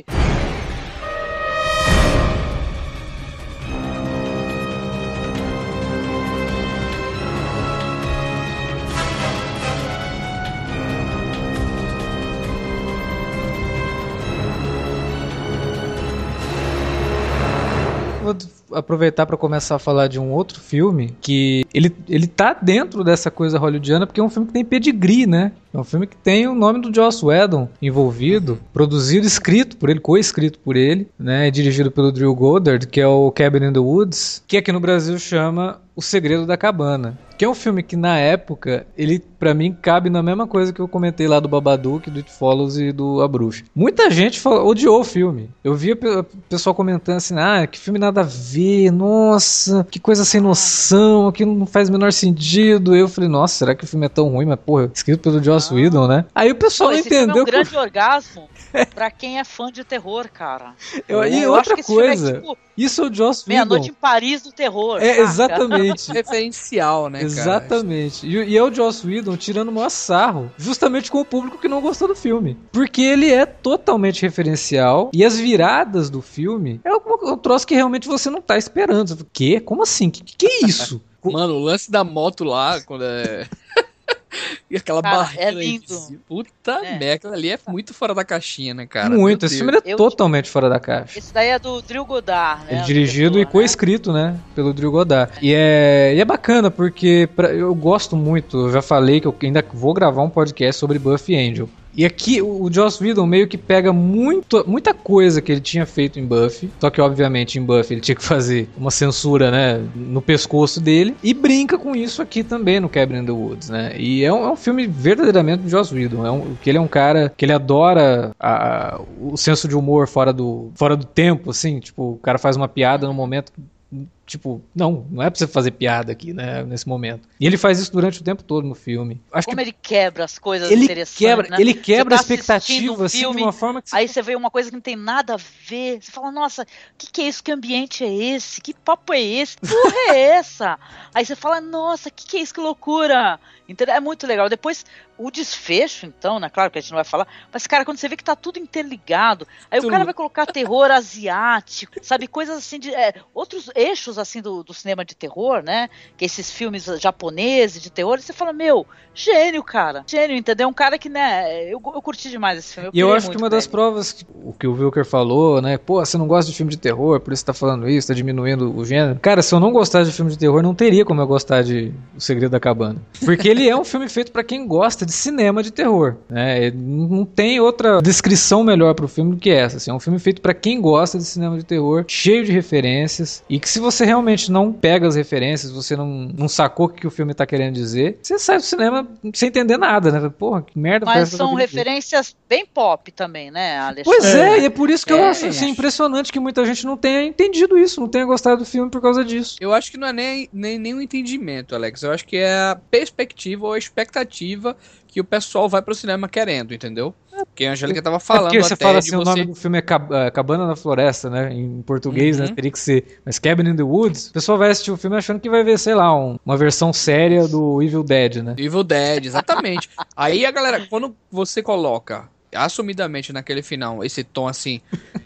Vou aproveitar para começar a falar de um outro filme que ele, ele tá dentro dessa coisa hollywoodiana porque é um filme que tem pedigree, né? É um filme que tem o nome do Joss Whedon envolvido, produzido, escrito por ele, co-escrito por ele, né? Dirigido pelo Drew Goddard, que é o Cabin in the Woods, que aqui no Brasil chama O Segredo da Cabana. Que é um filme que, na época, ele, pra mim, cabe na mesma coisa que eu comentei lá do Babadook, do It Follows e do A Bruxa. Muita gente falou, odiou o filme. Eu via o pessoal comentando assim, ah, que filme nada a ver, nossa, que coisa sem noção, aquilo não faz o menor sentido. Eu falei, nossa, será que o filme é tão ruim? Mas, porra, escrito pelo Joss Whedon, né? Aí o pessoal Pô, não entendeu. Filme é um grande que... orgasmo pra quem é fã de terror, cara. Eu, e eu outra coisa, é, tipo, isso é o Joss Whedon. Meia-Noite em Paris do terror. É, saca? Exatamente. Referencial, né, cara? Exatamente. E, e é o Joss Whedon tirando o maior sarro, justamente com o público que não gostou do filme. Porque ele é totalmente referencial e as viradas do filme é um, um troço que realmente você não tá esperando. Você fala, quê? Como assim? Que, que é isso? Mano, o lance da moto lá, quando é... E aquela cara, barreira. É lindo. Puta é. merda, aquilo ali é muito fora da caixinha, né, cara? Muito, esse filme é eu, totalmente fora da caixa. Esse daí é do Drew Goddard, né? Ele dirigido e co-escrito, né? né? Pelo Drew Goddard. E é, e é bacana, porque pra, eu gosto muito, eu já falei que eu ainda vou gravar um podcast sobre Buffy Angel. E aqui o Joss Whedon meio que pega muito, muita coisa que ele tinha feito em Buffy, só que obviamente em Buffy ele tinha que fazer uma censura, né, no pescoço dele, e brinca com isso aqui também no Cabin in the Woods, né, e é um, é um filme verdadeiramente do Joss Whedon, é um, que ele é um cara que ele adora a, a, o senso de humor fora do, fora do tempo, assim, tipo, o cara faz uma piada no momento que tipo, não, não é pra você fazer piada aqui, né, nesse momento. E ele faz isso durante o tempo todo no filme. Acho Como que ele quebra as coisas ele interessantes, quebra, né? Ele quebra tá a expectativa, um assim, filme, de uma forma que... Você... Aí você vê uma coisa que não tem nada a ver, você fala, nossa, o que, que é isso? Que ambiente é esse? Que papo é esse? Que porra é essa? Aí você fala, nossa, o que, que é isso? Que loucura! Entendeu? É muito legal. Depois, o desfecho, então, né? Claro que a gente não vai falar, mas, cara, quando você vê que tá tudo interligado, aí tudo. O cara vai colocar terror asiático, sabe? Coisas assim, de é, outros eixos clássicos, assim, do, do cinema de terror, né? Que esses filmes japoneses de terror, e você fala, meu, gênio, cara. Gênio, entendeu? Um cara que, né, eu, eu curti demais esse filme. Eu e eu acho que uma das ele. provas, que, o que o Wilker falou, né? Pô, você não gosta de filme de terror, por isso você tá falando isso, tá diminuindo o gênero. Cara, se eu não gostasse de filme de terror, não teria como eu gostar de O Segredo da Cabana. Porque ele é um filme feito pra quem gosta de cinema de terror, né? Não tem outra descrição melhor pro filme do que essa, assim. É um filme feito pra quem gosta de cinema de terror, cheio de referências, e que se você realmente não pega as referências, você não, não sacou o que o filme tá querendo dizer, você sai do cinema sem entender nada, né? Porra, que merda. Mas são referências bem pop também, né, Alexandre? Pois é, e é por isso que é, eu acho assim, impressionante que muita gente não tenha entendido isso, não tenha gostado do filme por causa disso. Eu acho que não é nem, nem, nem um entendimento, Alex. Eu acho que é a perspectiva ou a expectativa que o pessoal vai pro cinema querendo, entendeu? Porque a Angélica tava falando é porque você até fala assim, de o você... nome do filme é Cabana na Floresta, né? Em português, uhum. né? Teria que ser. Mas Cabin in the Woods, o pessoal vai assistir o filme achando que vai ver, sei lá, um, uma versão séria do Evil Dead, né? Evil Dead, exatamente. Aí a galera, quando você coloca assumidamente naquele final esse tom assim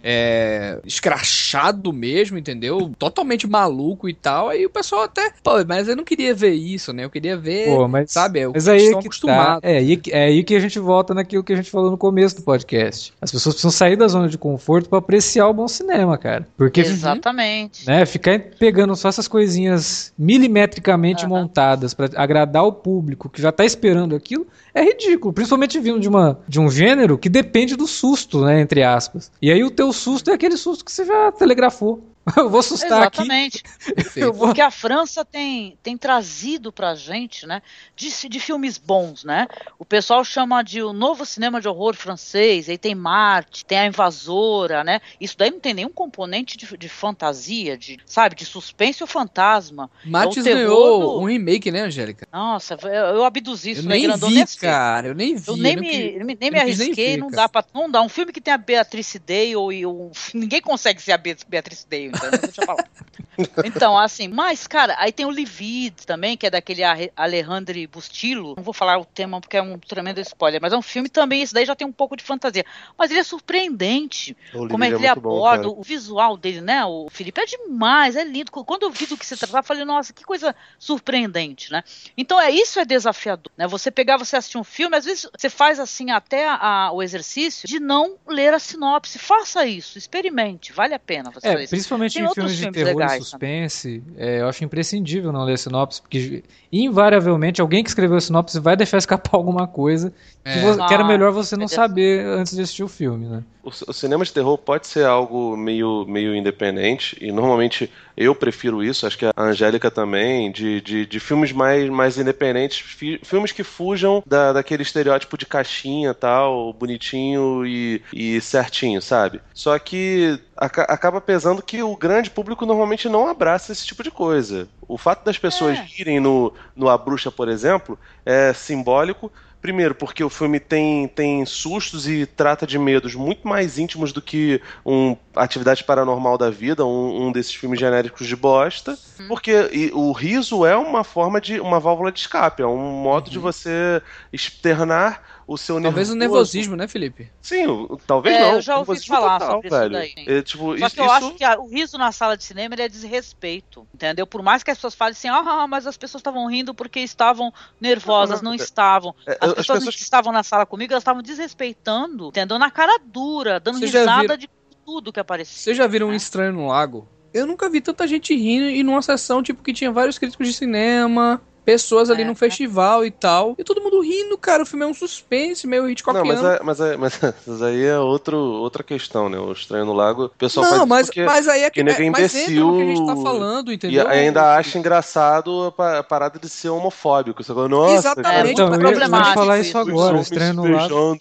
é, escrachado mesmo, entendeu? Totalmente maluco e tal, aí o pessoal até, pô, mas eu não queria ver isso, né? Eu queria ver, pô, mas, sabe, mas aí é que tá. é, aí, é aí que a gente volta naquilo que a gente falou no começo do podcast. As pessoas precisam sair da zona de conforto pra apreciar o bom cinema, cara. Porque, exatamente. Né, ficar pegando só essas coisinhas milimetricamente uhum. montadas pra agradar o público que já tá esperando aquilo, é ridículo, principalmente vindo de, uma, de um gênero que depende do susto, né, entre aspas. E aí o teu susto é aquele susto que você já telegrafou. Eu vou assustar Exatamente. aqui. Eu vou... Porque a França tem, tem trazido pra gente, né, de, de filmes bons, né? O pessoal chama de o novo cinema de horror francês, aí tem Marte, tem A Invasora, né? Isso daí não tem nenhum componente de, de fantasia, de, sabe, de suspense ou fantasma. Marte é ganhou do... um remake, né, Angélica? Nossa, eu, eu abduzi isso. Eu nem vi, nem cara, eu nem vi. Eu nem eu me, que... nem eu me arrisquei, nem vi, não dá pra... Não dá, um filme que tem a Beatrice Day, ou, ou ninguém consegue ser a Beatrice Day, então deixa eu falar. Então, assim, mas, cara, aí tem o Livid também, que é daquele Alejandro Bustillo. Não vou falar o tema porque é um tremendo spoiler, mas é um filme também, esse daí já tem um pouco de fantasia. Mas ele é surpreendente. O como é que ele é aborda, bom, o visual dele, né? O Felipe é demais, é lindo. Quando eu vi do que se tratava, eu falei, nossa, que coisa surpreendente, né? Então, é isso é desafiador, né? Você pegar, você assistir um filme, às vezes você faz, assim, até a, o exercício de não ler a sinopse. Faça isso, experimente, vale a pena você é, fazer isso. Principalmente tem em filmes de terror legais, e suspense, é, eu acho imprescindível não ler sinopse, porque invariavelmente alguém que escreveu a sinopse vai deixar escapar alguma coisa que, é. você, que era melhor você não saber antes de assistir o filme, né? O, o cinema de terror pode ser algo meio, meio independente, e normalmente eu prefiro isso, acho que a Angélica também, de, de, de filmes mais, mais independentes, fi, filmes que fujam da, daquele estereótipo de caixinha, tal, bonitinho e, e certinho, sabe? Só que aca, acaba pesando que o grande público normalmente não abraça esse tipo de coisa. O fato das pessoas é. irem no, no A Bruxa, por exemplo, é simbólico. Primeiro, porque o filme tem, tem sustos e trata de medos muito mais íntimos do que um Atividade Paranormal da Vida, um, um desses filmes genéricos de bosta. Uhum. Porque e, o riso é uma forma de... uma válvula de escape, é um modo uhum. de você externar o seu nervoso. Talvez o nervosismo, né, Felipe? Sim, o, talvez é, não. Eu já ouvi falar total, sobre velho. isso daí. É, tipo, Só isso, que eu isso... acho que a, o riso na sala de cinema ele é desrespeito, entendeu? Por mais que as pessoas falem assim, ah, mas as pessoas estavam rindo porque estavam nervosas, não, não, não estavam. É, as, as pessoas pessoas que estavam na sala comigo, elas estavam desrespeitando, entendeu? Na cara dura, dando Vocês risada de tudo que aparecia. Vocês já viram né? Um Estranho no Lago? Eu nunca vi tanta gente rindo e numa sessão tipo que tinha vários críticos de cinema... Pessoas ali é, num festival é. e tal. E todo mundo rindo, cara. O filme é um suspense, meio Hitchcockiano. Não, mas, é, mas, é, mas, mas aí é outro, outra questão, né? O Estranho no Lago, o pessoal não, faz mas, isso porque mas aí é que, que é imbecil no que a gente tá falando, entendeu? E ainda acha engraçado a parada de ser homofóbico. Você fala, nossa, exatamente, cara, então, é problemático. Eu ia falar isso agora. O Estranho no Lago.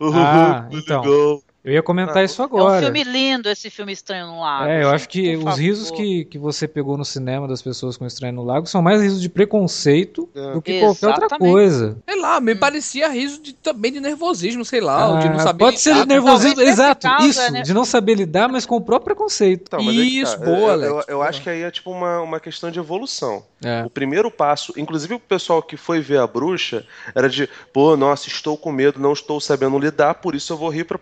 Ah, então... Eu ia comentar ah, isso agora. É um filme lindo, esse filme Estranho no Lago. É, eu acho que os risos que, que você pegou no cinema das pessoas com Estranho no Lago são mais risos de preconceito é. do que Exatamente. qualquer outra coisa. Sei lá, me hum. parecia riso de, também de nervosismo, sei lá, ah, de não saber Pode lidar. ser de nervosismo, exato, caso, isso, é, né? de não saber lidar, mas com o próprio preconceito. Então, mas isso, é tá. boa, eu, Alex. Eu, eu acho que aí é tipo uma, uma questão de evolução. É. O primeiro passo, inclusive o pessoal que foi ver A Bruxa, era de, pô, nossa, estou com medo, não estou sabendo lidar, por isso eu vou rir pra poder fazer uma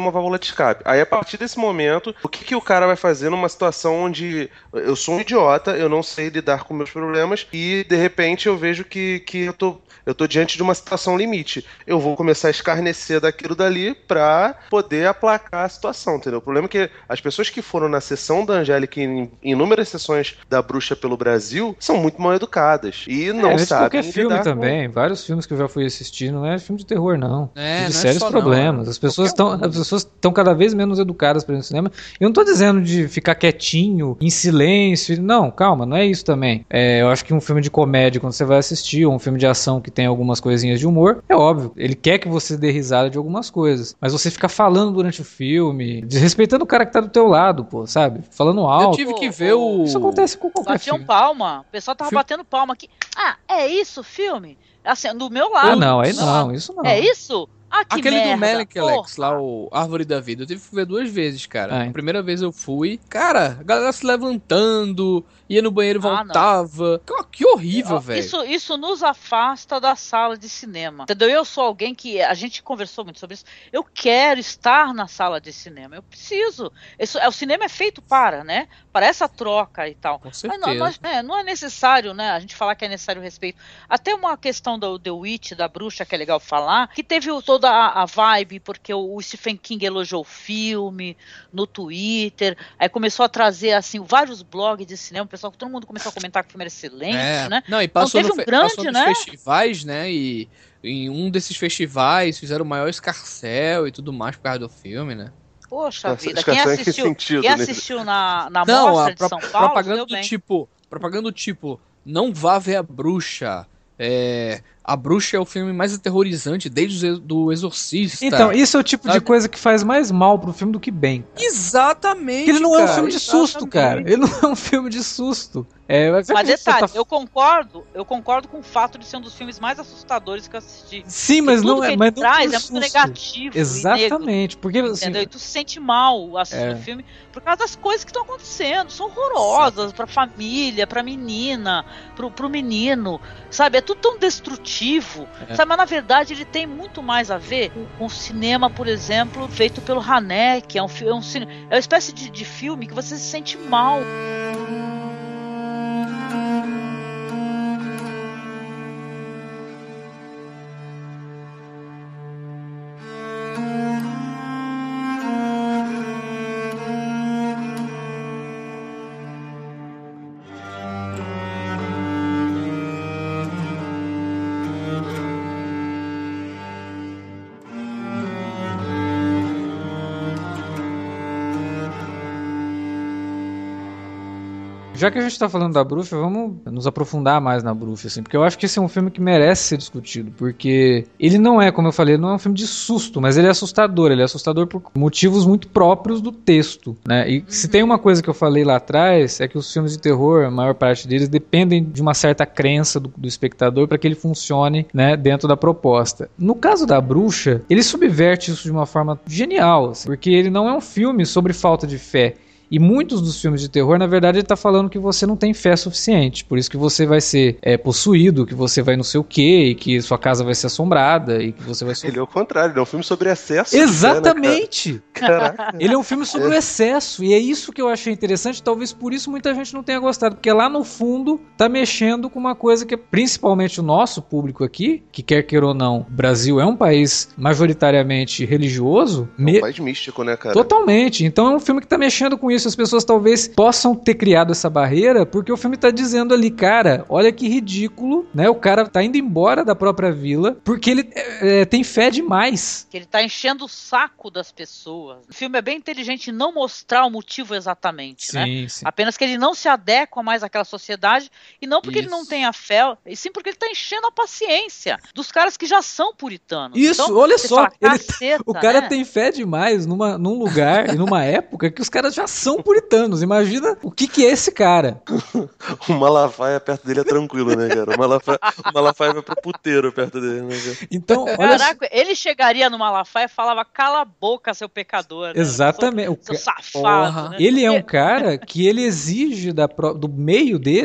uma válvula de escape. Aí, a partir desse momento, o que, que o cara vai fazer numa situação onde eu sou um idiota, eu não sei lidar com meus problemas e, de repente, eu vejo que, que eu tô... Eu tô diante de uma situação limite. Eu vou começar a escarnecer daquilo dali pra poder aplacar a situação, entendeu? O problema é que as pessoas que foram na sessão da Angélica em inúmeras sessões da Bruxa pelo Brasil são muito mal educadas e não é, sabem qualquer filme lidar também, com... vários filmes que eu já fui assistir, não é filme de terror, não. É, de não é sérios só problemas. não, as pessoas estão as pessoas estão cada vez menos educadas para ir no cinema. Eu não tô dizendo de ficar quietinho, em silêncio. Não, calma, não é isso também. É, eu acho que um filme de comédia, quando você vai assistir, ou um filme de ação que tem algumas coisinhas de humor, é óbvio, ele quer que você dê risada de algumas coisas, mas você ficar falando durante o filme, desrespeitando o cara que tá do teu lado, pô, sabe? Falando alto. Eu tive que ver o... Isso acontece com qualquer Batiam filme. palma, o pessoal tava Filme... batendo palma aqui. Ah, é isso o filme? Assim, do meu lado. Ah, não, aí não, isso não. É isso? Ah, que Aquele merda, do Melick, Alex, porra. lá, o Árvore da Vida, eu tive que ver duas vezes, cara. Ah, a primeira vez eu fui, cara, a galera se levantando, ia no banheiro e Ah, voltava. Que, que horrível, Ó, velho. Isso, isso nos afasta da sala de cinema. Entendeu? Eu sou alguém que. A gente conversou muito sobre isso. Eu quero estar na sala de cinema. Eu preciso. Isso, é, o cinema é feito para, né? Para essa troca e tal. Com certeza. Mas não, nós, é, não é necessário, né? A gente falar que é necessário respeito. Até uma questão do The Witch, da bruxa, que é legal falar, que teve o, toda a, a vibe, porque o, o Stephen King elogiou o filme no Twitter. Aí começou a trazer, assim, vários blogs de cinema. O pessoal, todo mundo começou a comentar que o filme era excelente, É. né? Não, e passou, Então, no teve um fe- grande, passou nos né? festivais, né? E em um desses festivais fizeram o maior escarcéu e tudo mais por causa do filme, né? Poxa Nossa, vida, escarcéu quem em que assistiu, sentido, quem né? assistiu na, na Não, Mostra a de pro- São Paulo, propaganda deu do bem. tipo, propaganda do tipo, não vá ver a bruxa. É, a bruxa é o filme mais aterrorizante desde o do Exorcista. Então, isso é o tipo de Sabe? coisa que faz mais mal pro filme do que bem. Exatamente. Porque ele não é um cara, filme de susto, exatamente. cara. Ele não é um filme de susto. É, Mas você detalhe, tá- eu concordo, eu concordo com o fato de ser um dos filmes mais assustadores que eu assisti. Sim, Porque mas tudo não que é. ele Mas não traz por é muito susto. negativo Exatamente, porque e negro, assim, entendeu? E tu se sente mal assistindo É. o filme por causa das coisas que estão acontecendo. São horrorosas pra família, pra menina, pro, pro menino, sabe? É tudo tão destrutivo, É. sabe? Mas na verdade ele tem muito mais a ver com, com o cinema, por exemplo, feito pelo Haneke. É, um, fi- é, um, cine- é uma espécie de, de filme que você se sente mal. já que a gente tá falando da bruxa, vamos nos aprofundar mais na bruxa, assim, porque eu acho que esse é um filme que merece ser discutido, porque ele não é, como eu falei, não é um filme de susto, mas ele é assustador, ele é assustador por motivos muito próprios do texto, né? E se tem uma coisa que eu falei lá atrás, é que os filmes de terror, a maior parte deles, dependem de uma certa crença do, do espectador para que ele funcione, né, dentro da proposta. No caso da bruxa, ele subverte isso de uma forma genial, assim, porque ele não é um filme sobre falta de fé. E muitos dos filmes de terror, na verdade, ele tá falando que você não tem fé suficiente. Por isso que você vai ser é, possuído, que você vai não sei o quê, e que sua casa vai ser assombrada, e que você vai... Ele é o contrário, ele é um filme sobre excesso. Exatamente! De fé, né, cara? Caraca. Ele é um filme sobre o excesso, e é isso que eu achei interessante, talvez por isso muita gente não tenha gostado, porque lá no fundo tá mexendo com uma coisa que é principalmente o nosso público aqui, que quer queira ou não, o Brasil é um país majoritariamente religioso. É um me... país místico, né, cara? Totalmente, então é um filme que tá mexendo com isso. As pessoas talvez possam ter criado essa barreira porque o filme tá dizendo ali, cara, olha que ridículo, né? O cara tá indo embora da própria vila porque ele é, é, tem fé demais. Que ele tá enchendo o saco das pessoas. O filme é bem inteligente em não mostrar o motivo exatamente, Sim, né? sim. Apenas que ele não se adequa mais àquela sociedade, e não porque Isso. ele não tenha fé, e sim porque ele tá enchendo a paciência dos caras que já são puritanos. Isso, Então, olha você só, fala, ele- "Caceta, O cara né?" tem fé demais numa, num lugar e numa época que os caras já são puritanos. Imagina o que que é esse cara. O Malafaia perto dele é tranquilo, né, cara? O Malafaia, o Malafaia vai pro puteiro perto dele, né, cara? Então, olha só. Caraca, ele chegaria no Malafaia e falava, cala a boca, seu pecador. né? Exatamente. O Seu, ca- seu safado, Porra. né? Ele é um Porque- cara que ele exige da, pró- do meio dele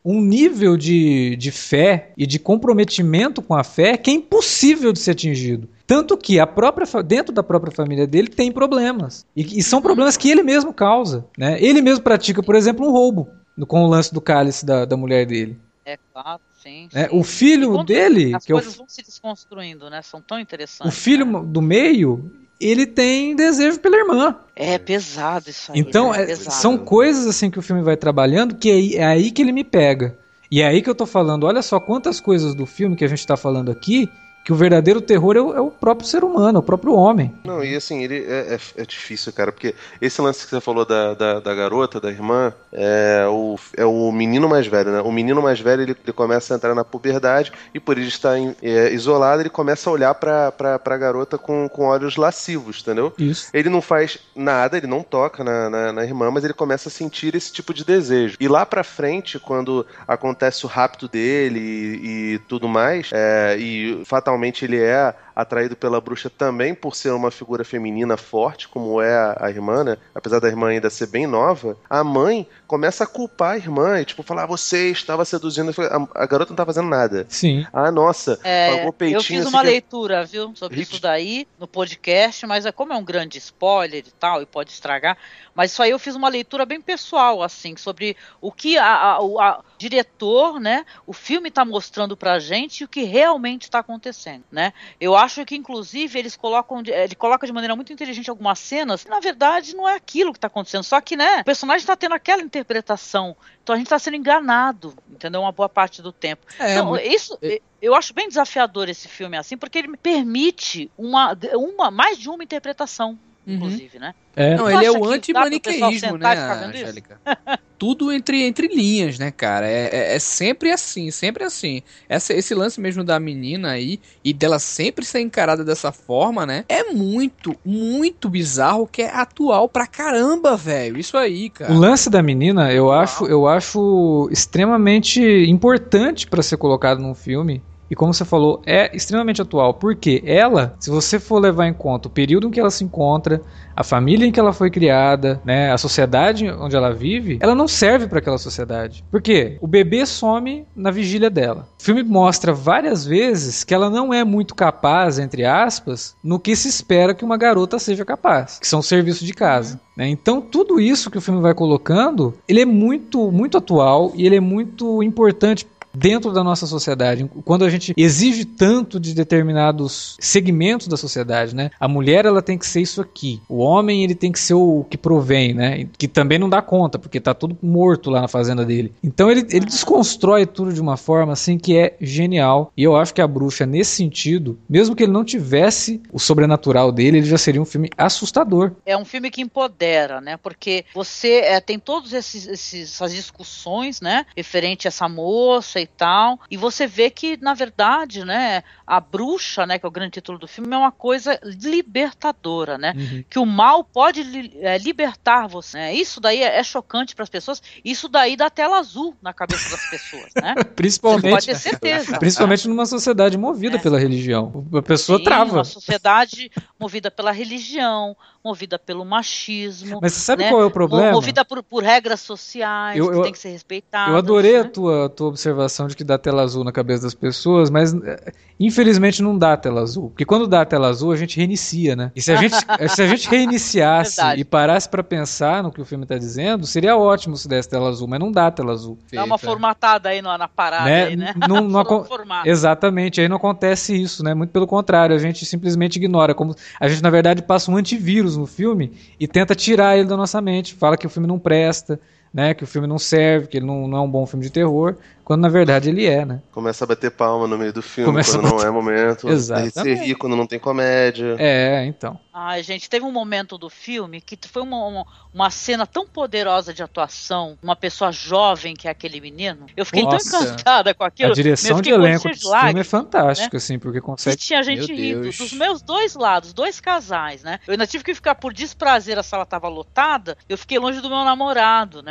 um nível de, de fé e de comprometimento com a fé que é impossível de ser atingido. Tanto que a própria, dentro da própria família dele tem problemas. E, e são problemas que ele mesmo causa. Né? Ele mesmo pratica, por exemplo, um roubo no, com o lance do cálice da, da mulher dele. É claro, sim. É, sim. o filho dele... As que coisas é o, vão se desconstruindo, né? São tão interessantes. O filho né? do meio, ele tem desejo pela irmã. É pesado isso aí. Então, né? é, pesado. são coisas assim que o filme vai trabalhando que é, é aí que ele me pega. E é aí que eu tô falando, olha só quantas coisas do filme que a gente tá falando aqui, que o verdadeiro terror é o, é o próprio ser humano, é o próprio homem. Não, e assim, ele é, é, é difícil, cara, porque esse lance que você falou da, da, da garota, da irmã, é o, é o menino mais velho, né? O menino mais velho, ele, ele começa a entrar na puberdade e por ele estar em, é, isolado, ele começa a olhar pra, pra, pra garota com, com olhos lascivos, entendeu? Isso. Ele não faz nada, ele não toca na, na, na irmã, mas ele começa a sentir esse tipo de desejo. E lá pra frente, quando acontece o rapto dele e, e tudo mais, é, e fatalmente ele é atraído pela bruxa também por ser uma figura feminina forte, como é a, a irmã, né? Apesar da irmã ainda ser bem nova, a mãe começa a culpar a irmã e tipo, falar, ah, você estava seduzindo. A, a garota não tá fazendo nada. Sim. Ah, nossa, é, pagou peitinho. Eu fiz assim uma que... leitura, viu, sobre Hit. isso daí no podcast, mas é como é um grande spoiler e tal, e pode estragar, mas isso aí eu fiz uma leitura bem pessoal, assim, sobre o que a, a, a diretor, né, o filme tá mostrando pra gente e o que realmente tá acontecendo, né? Eu acho que, inclusive, eles colocam, ele coloca de maneira muito inteligente algumas cenas, que, na verdade, não é aquilo que tá acontecendo, só que, né, o personagem tá tendo aquela interpretação, então a gente tá sendo enganado, entendeu? Uma boa parte do tempo. É, então, muito... isso... Eu acho bem desafiador esse filme assim, porque ele me permite uma, uma, mais de uma interpretação, uhum. inclusive, né? É. Não, ele é o anti-maniqueísmo, né, Angélica? Tudo entre, entre linhas, né, cara? É, é, é sempre assim, sempre assim. Essa, esse lance mesmo da menina aí, e dela sempre ser encarada dessa forma, né? É muito, muito bizarro, que é atual pra caramba, velho. Isso aí, cara. O lance da menina, eu acho, eu acho extremamente importante pra ser colocado num filme. E como você falou, é extremamente atual. Porque ela, se você for levar em conta o período em que ela se encontra, a família em que ela foi criada, né, a sociedade onde ela vive, ela não serve para aquela sociedade. Por quê? O bebê some na vigília dela. O filme mostra várias vezes que ela não é muito capaz, entre aspas, no que se espera que uma garota seja capaz, que são os serviços de casa. Né? Então, tudo isso que o filme vai colocando, ele é muito, muito atual e ele é muito importante dentro da nossa sociedade, quando a gente exige tanto de determinados segmentos da sociedade, né? A mulher, ela tem que ser isso aqui. O homem, ele tem que ser o que provém, né? Que também não dá conta, porque tá tudo morto lá na fazenda dele. Então ele, ele desconstrói tudo de uma forma assim que é genial. E eu acho que A Bruxa, nesse sentido, mesmo que ele não tivesse o sobrenatural dele, ele já seria um filme assustador. É um filme que empodera, né? Porque você é, tem todas essas discussões, né? Referente a essa moça e tal, e você vê que, na verdade, né, a bruxa, né, que é o grande título do filme, é uma coisa libertadora, né, uhum. que o mal pode li, é, libertar você, né? Isso daí é, é chocante para as pessoas, isso daí dá tela azul na cabeça das pessoas, né, principalmente, você pode ter certeza, principalmente numa sociedade movida é. pela religião, a pessoa Sim, trava. Uma sociedade movida pela religião, movida pelo machismo. Mas você sabe né? qual é o problema? Movida por, por regras sociais eu, que eu, tem que ser respeitadas. Eu adorei né? a, tua, a tua observação de que dá tela azul na cabeça das pessoas, mas infelizmente não dá tela azul. Porque quando dá tela azul, a gente reinicia, né? E se a gente, se a gente reiniciasse e parasse pra pensar no que o filme tá dizendo, seria ótimo se desse tela azul, mas não dá tela azul. Dá uma formatada aí na, na parada, né? Aí, né? Não, não aco- Exatamente, aí não acontece isso, né? Muito pelo contrário, a gente simplesmente ignora. Como a gente, na verdade, passa um antivírus no filme e tenta tirar ele da nossa mente. Fala que o filme não presta, né? Que o filme não serve, que ele não, não é um bom filme de terror, quando na verdade ele é, né? Começa a bater palma no meio do filme, Começa quando não é momento. Exatamente. Você ri quando não tem comédia. É, então. Ai, gente, teve um momento do filme que foi uma, uma, uma cena tão poderosa de atuação, uma pessoa jovem que é aquele menino. Eu fiquei Nossa. tão encantada com aquilo. A direção de elenco desse filme é fantástica, né? Assim, porque consegue... E tinha gente Meu rindo Deus. dos meus dois lados, dois casais, né? Eu ainda tive que ficar por desprazer, a sala tava lotada, eu fiquei longe do meu namorado, né?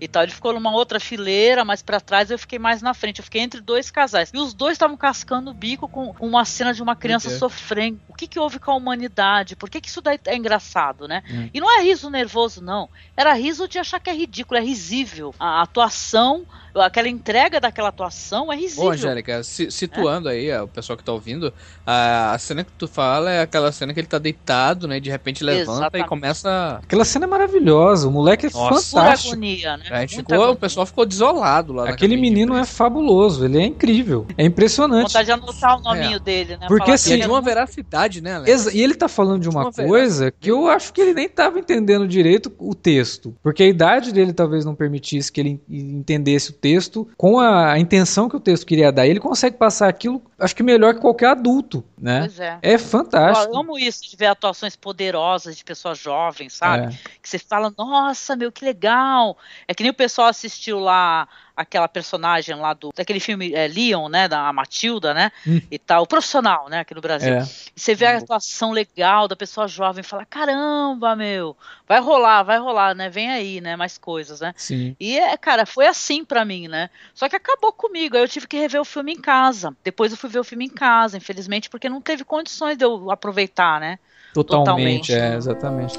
e tal. Ele ficou numa outra fileira, mais pra trás, eu fiquei mais na frente. Eu fiquei entre dois casais. E os dois estavam cascando o bico com uma cena de uma criança sofrendo. O que que houve com a humanidade? Por que que isso daí é engraçado, né? Hum. E não é riso nervoso, não. Era riso de achar que é ridículo, é risível. A atuação, aquela entrega daquela atuação é risível. Ô, Angélica, situando é? aí o pessoal que tá ouvindo, a, a cena que tu fala é aquela cena que ele tá deitado, né? De repente levanta Exatamente. e começa... Aquela cena é maravilhosa, o moleque é Nossa. fantástico. Agonia, né? A gente ficou, o pessoal ficou desolado lá. Aquele menino é fabuloso, ele é incrível, é impressionante. Vontade de anotar o nominho é. dele, né? Porque assim... É de uma veracidade, né, Alex? E ele tá falando de uma, uma coisa que eu acho que ele nem tava entendendo direito o texto, porque a idade dele talvez não permitisse que ele entendesse o texto com a, a intenção que o texto queria dar. Ele consegue passar aquilo, acho que melhor que qualquer adulto, né? Pois é. É fantástico. Eu amo isso, de ver atuações poderosas de pessoas jovens, sabe? É. Que você fala, nossa, meu, que legal. É que nem o pessoal assistiu lá aquela personagem lá do daquele filme é, Leon, né, da Matilda, né, hum. e tal, o Profissional, né, aqui no Brasil. É. E você vê a atuação legal da pessoa jovem, fala, caramba, meu, vai rolar, vai rolar, né, vem aí, né, mais coisas, né. Sim. E, é, cara, foi assim pra mim, né, só que acabou comigo, aí eu tive que rever o filme em casa, depois eu fui ver o filme em casa, infelizmente, porque não teve condições de eu aproveitar, né. Totalmente, Totalmente. é, exatamente.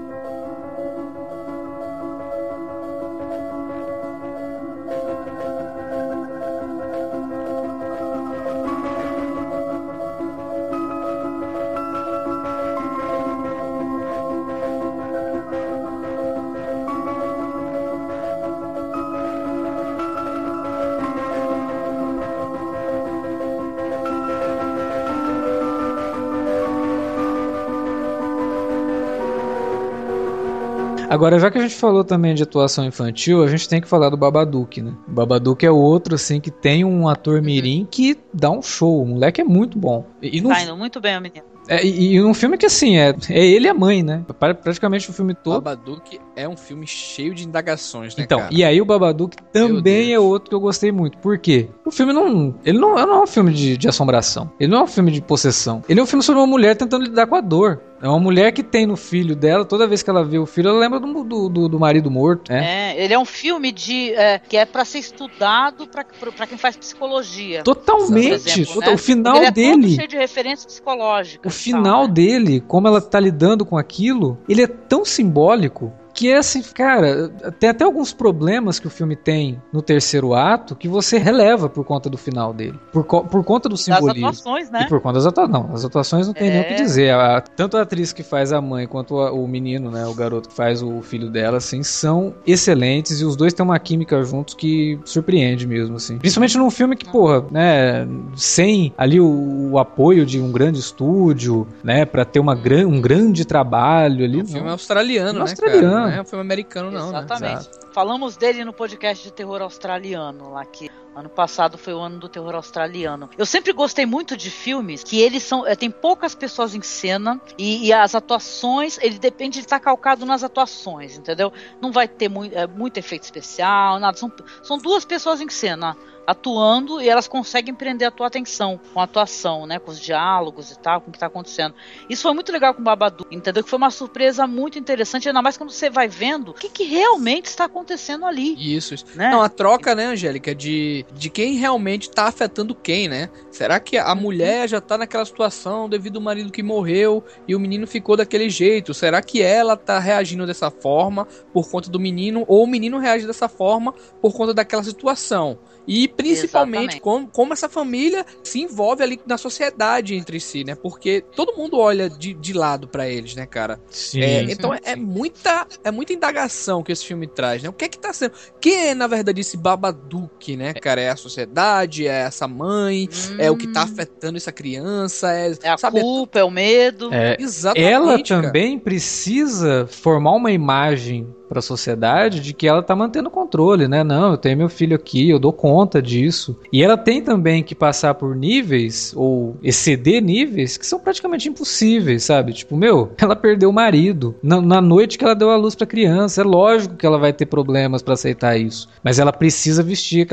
Agora, já que a gente falou também de atuação infantil, a gente tem que falar do Babadook, né? O Babadook é outro, assim, que tem um ator mirim que dá um show. O moleque é muito bom. E no... Tá indo muito bem, o menino. É, e, e um filme que, assim, é, é ele e a mãe, né? Praticamente o filme todo. Babadook é um filme cheio de indagações, né, então, cara? E aí o Babadook também é outro que eu gostei muito. Por quê? O filme não... Ele não, não é um filme de, de assombração. Ele não é um filme de possessão. Ele é um filme sobre uma mulher tentando lidar com a dor. É uma mulher que tem no filho dela, toda vez que ela vê o filho, ela lembra do, do, do marido morto. Né? É, ele é um filme de, é, que é pra ser estudado pra, pra quem faz psicologia. Totalmente. Exemplo, total, né? O final ele é dele... todo cheio de referências psicológicas. O final tal, né? dele, como ela tá lidando com aquilo, ele é tão simbólico que é assim, cara, tem até alguns problemas que o filme tem no terceiro ato que você releva por conta do final dele. Por, co- por conta do simbolismo. Das atuações, né? E por conta das atuações. Não, as atuações não tem é. nem o que dizer. A, tanto a atriz que faz a mãe quanto a, o menino, né, o garoto que faz o filho dela, assim, são excelentes e os dois têm uma química juntos que surpreende mesmo, assim. Principalmente num filme que, porra, né, sem ali o, o apoio de um grande estúdio, né, pra ter uma gran, um grande trabalho ali. O filme é australiano, filme né, australiano. cara? Não é um filme americano, não, Exatamente. né? Exato. Falamos dele no podcast de terror australiano, lá que ano passado foi o ano do terror australiano. Eu sempre gostei muito de filmes que eles são, é, tem poucas pessoas em cena e, e as atuações, ele depende de estar calcado nas atuações, entendeu? Não vai ter muito, é, muito efeito especial, nada. São, são duas pessoas em cena atuando e elas conseguem prender a tua atenção com a atuação, né, com os diálogos e tal, com o que tá acontecendo. Isso foi muito legal com o Babadook, entendeu? Que foi uma surpresa muito interessante, ainda mais quando você vai vendo o que, que realmente está acontecendo ali. Isso, isso. Né? Não, a troca, né, Angélica, de, de quem realmente tá afetando quem, né? Será que a mulher já tá naquela situação devido ao marido que morreu e o menino ficou daquele jeito? Será que ela tá reagindo dessa forma por conta do menino ou o menino reage dessa forma por conta daquela situação? E principalmente como, como essa família se envolve ali na sociedade entre si, né? Porque todo mundo olha de, de lado pra eles, né, cara? Sim, é, sim, então sim. É, muita, é muita indagação que esse filme traz, né? O que é que tá sendo? Quem é, na verdade, esse Babadook, né, cara? É a sociedade, é essa mãe, hum. é o que tá afetando essa criança, é, é a sabe, culpa, é o medo. É, exatamente. Ela também cara. precisa formar uma imagem para a sociedade de que ela tá mantendo o controle, né? Não, eu tenho meu filho aqui, eu dou conta disso. E ela tem também que passar por níveis ou exceder níveis que são praticamente impossíveis, sabe? Tipo, meu, ela perdeu o marido na, na noite que ela deu a luz pra criança. É lógico que ela vai ter problemas para aceitar isso, mas ela precisa vestir aquela,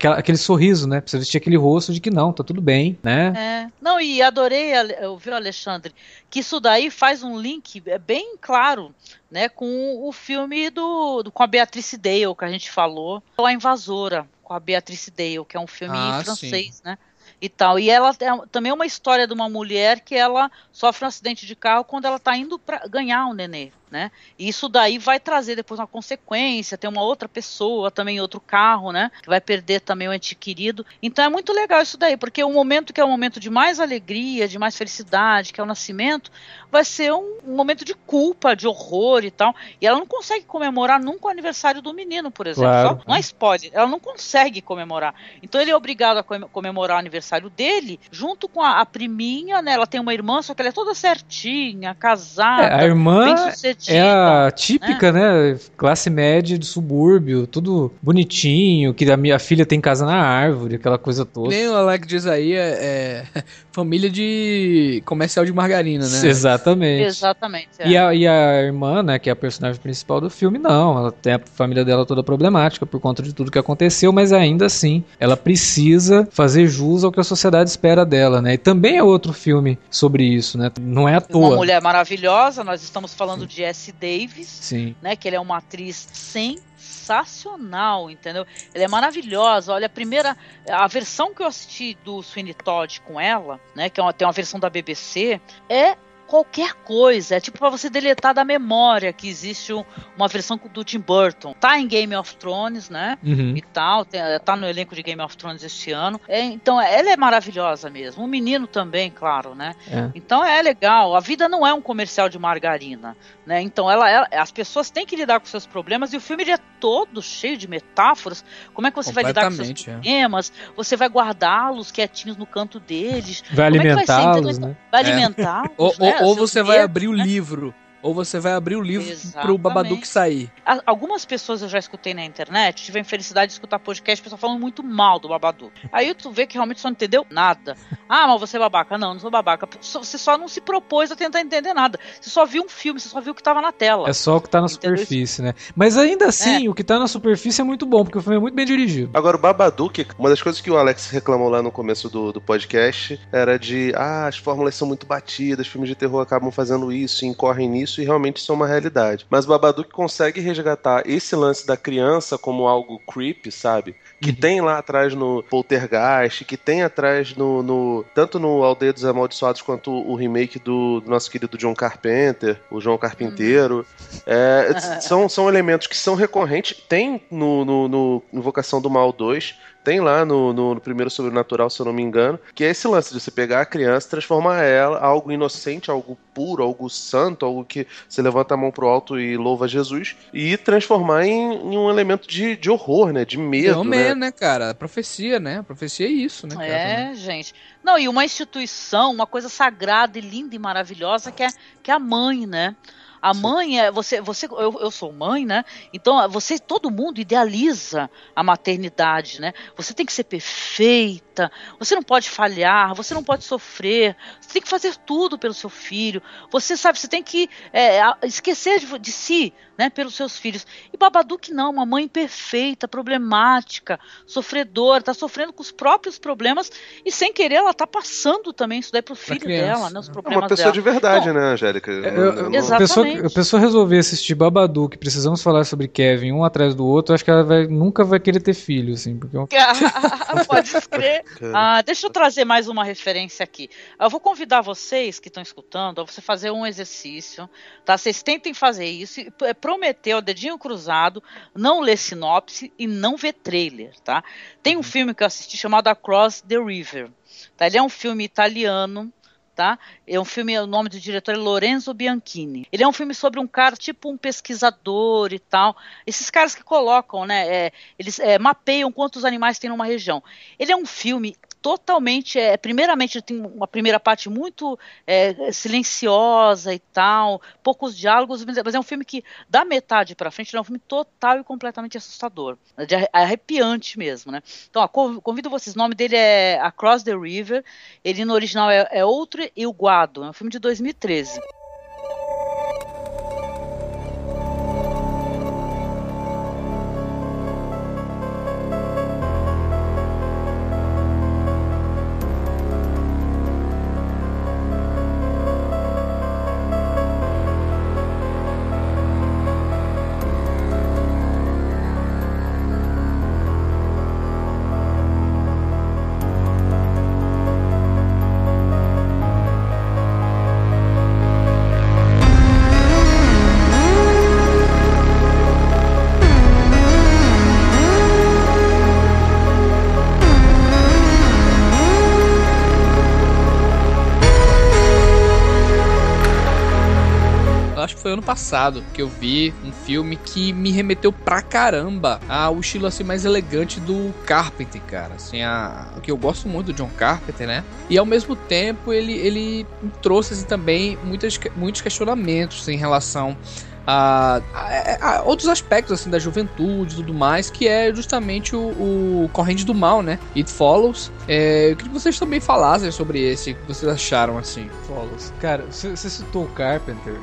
aquela, aquele sorriso, né? Precisa vestir aquele rosto de que não, tá tudo bem, né? É. Não, e adorei, viu, Alexandre, que isso daí faz um link bem claro, né, com o filme do, do com a Beatrice Dale, que a gente falou, A Invasora, com a Beatrice Dale, que é um filme Ah, francês, sim. né? E tal. E ela é também é uma história de uma mulher que ela sofre um acidente de carro quando ela está indo para ganhar um nenê, né? E isso daí vai trazer depois uma consequência, tem uma outra pessoa também em outro carro, né? Que vai perder também o ente querido. Então é muito legal isso daí, porque o momento que é um momento de mais alegria, de mais felicidade, que é o nascimento, vai ser um, um momento de culpa, de horror e tal. E ela não consegue comemorar nunca o aniversário do menino, por exemplo. Claro. Só, não é spoiler, ela não consegue comemorar. Então ele é obrigado a comemorar o aniversário dele, junto com a, a priminha, né? Ela tem uma irmã, só que ela é toda certinha, casada, é, a irmã bem-sucedida. É a típica, né? né? Classe média de subúrbio, tudo bonitinho, que a minha filha tem casa na árvore, aquela coisa toda. Nem o Alex diz aí, é, é família de comercial de margarina, né? Exatamente. Exatamente. É. E, a, e a irmã, né, que é a personagem principal do filme, não. Ela tem a família dela toda problemática por conta de tudo que aconteceu, mas ainda assim, ela precisa fazer jus ao que a sociedade espera dela, né? E também é outro filme sobre isso, né? Não é à toa. Uma mulher maravilhosa, nós estamos falando Sim. de Essie Davis, Sim. né? Que ela é uma atriz sensacional, entendeu? Ela é maravilhosa. Olha, a primeira, a versão que eu assisti do Sweeney Todd com ela, né? Que é uma, tem uma versão da B B C, é qualquer coisa, é tipo pra você deletar da memória que existe um, uma versão do Tim Burton. Tá em Game of Thrones, né? Uhum. E tal, tem, tá no elenco de Game of Thrones este ano. É, então, ela é maravilhosa mesmo. O menino também, claro, né? É. Então é legal. A vida não é um comercial de margarina, né? Então ela, ela, as pessoas têm que lidar com seus problemas e o filme ele é todo cheio de metáforas. Como é que você vai lidar com seus problemas? É. Você vai guardá-los quietinhos no canto deles. Vai alimentá-los, é né? Vai alimentá-los, é. né? Ou você vai abrir o livro, ou você vai abrir o livro Exatamente. Pro Babadook sair. Algumas pessoas eu já escutei na internet, tive a infelicidade de escutar podcast, pessoal falando muito mal do Babadook. Aí tu vê que realmente você não entendeu nada. Ah, mas você é babaca. Não, não sou babaca. Você só não se propôs a tentar entender nada. Você só viu um filme, você só viu o que tava na tela. É só o que tá na Entendeu? superfície, né? Mas ainda assim, é. o que tá na superfície é muito bom, porque o filme é muito bem dirigido. Agora, o Babadook, uma das coisas que o Alex reclamou lá no começo do, do podcast, era de, ah, as fórmulas são muito batidas, filmes de terror acabam fazendo isso, incorrem nisso, e realmente isso é uma realidade. Mas o Babadook consegue resgatar esse lance da criança como algo creepy, sabe? Que uhum. tem lá atrás no Poltergeist, que tem atrás no, no tanto no Aldeia dos Amaldiçoados quanto o remake do, do nosso querido John Carpenter, o João Carpinteiro. Uhum. É, são, são elementos que são recorrentes. Tem no, no, no Invocação do Mal dois, tem lá no, no, no primeiro Sobrenatural, se eu não me engano, que é esse lance de você pegar a criança, transformar ela em algo inocente, algo puro, algo santo, algo que você levanta a mão pro alto e louva Jesus, e transformar em, em um elemento de, de horror, né? De medo, Não, né? né, cara? A profecia, né? A profecia é isso, né? Cara, é, também. gente. Não, e uma instituição, uma coisa sagrada e linda e maravilhosa que é, que é a mãe, né? A mãe é, você, você, eu, eu sou mãe, né? Então você, todo mundo idealiza a maternidade, né? Você tem que ser perfeita, você não pode falhar, você não pode sofrer, você tem que fazer tudo pelo seu filho. Você sabe, você tem que é, esquecer de, de si, né? Pelos seus filhos. E Babadook não, uma mãe perfeita, problemática, sofredora, tá sofrendo com os próprios problemas e sem querer ela tá passando também isso daí pro filho dela, né? Os problemas é uma pessoa dela. de verdade, então, né, Angélica? Eu, eu, exatamente. A pessoa, a pessoa resolver assistir Babadook, precisamos falar sobre Kevin um atrás do outro, acho que ela vai, nunca vai querer ter filho, assim, porque... Pode crer. Ah, deixa eu trazer mais uma referência aqui. Eu vou convidar vocês que estão escutando a você fazer um exercício, tá? Vocês tentem fazer isso, prometer o dedinho cruzado, não ler sinopse e não ver trailer, tá? Tem um filme que eu assisti chamado Across the River, tá? Ele é um filme italiano, tá? É um filme, o nome do diretor é Lorenzo Bianchini. Ele é um filme sobre um cara, tipo um pesquisador e tal. Esses caras que colocam, né? É, eles é, mapeiam quantos animais tem numa região. Ele é um filme totalmente, é, primeiramente tem uma primeira parte muito é, silenciosa e tal, poucos diálogos, mas é um filme que da metade pra frente é um filme total e completamente assustador, de arrepiante mesmo, né? Então, ó, convido vocês, o nome dele é Across the River, ele no original é, é Outro Iguado, é um filme de dois mil e treze. passado que eu vi um filme que me remeteu pra caramba ao estilo assim mais elegante do Carpenter, cara. Assim, a, que eu gosto muito do John Carpenter, né? E ao mesmo tempo ele, ele trouxe assim, também muitas, muitos questionamentos em relação A, a, a outros aspectos assim da juventude e tudo mais, que é justamente o, o Corrente do Mal, né? It Follows. É, eu queria que vocês também falassem sobre esse, o que vocês acharam assim. Follows. Cara, você citou o Carpenter,